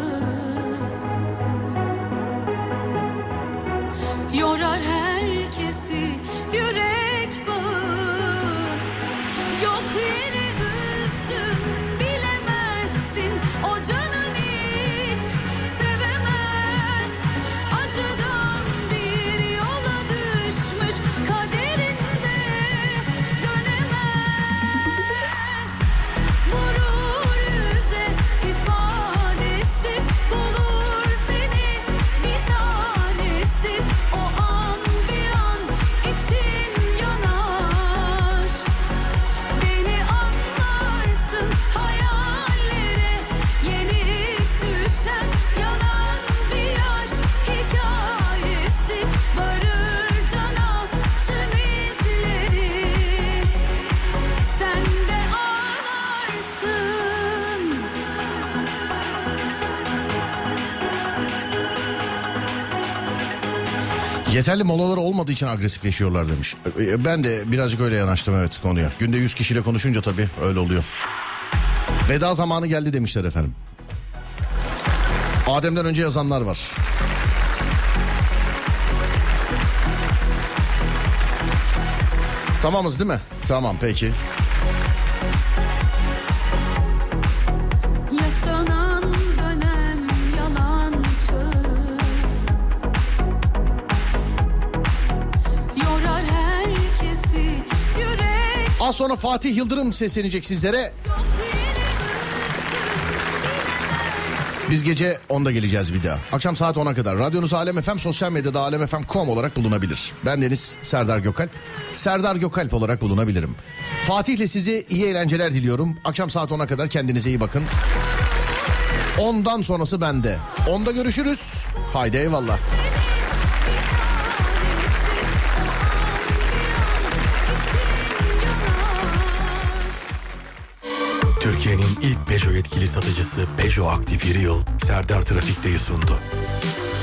yorar herkesi yürek bağı. Yok yere üzdün bilemezsin, o canın hiç sevemez. Acıdan bir yola düşmüş, kaderinde dönemez. Vurur yüze ifadesi, bulur seni bir tanesi. O an bir an için yanar. Beni anlarsın, hayallere yenik düşen yalan bir aşk hikayesi. Varır cana tüm izleri, sen de ağlarsın. Yeterli molaları olmadığı için agresifleşiyorlar demiş. Ben de birazcık öyle yanaştım evet konuya. Günde 100 kişiyle konuşunca tabii öyle oluyor. Veda zamanı geldi demişler efendim. Adem'den önce yazanlar var. Tamamız değil mi? Tamam peki. Yaşanan dönem yalancı, yorar herkesi yürek. Az sonra Fatih Yıldırım seslenecek sizlere. Biz gece 10'da geleceğiz bir daha. Akşam saat 10'a kadar. Radyonuz Alem FM, sosyal medyada alemfm.com olarak bulunabilir. Ben Deniz Serdar Gökalp. Serdar Gökalp olarak bulunabilirim. Fatih'le size iyi eğlenceler diliyorum. Akşam saat 10'a kadar kendinize iyi bakın. 10'dan sonrası bende. 10'da görüşürüz. Haydi eyvallah. Türkiye'nin ilk Peugeot yetkili satıcısı Peugeot Aktif İri Yıl Serdar Trafik'teyi sundu.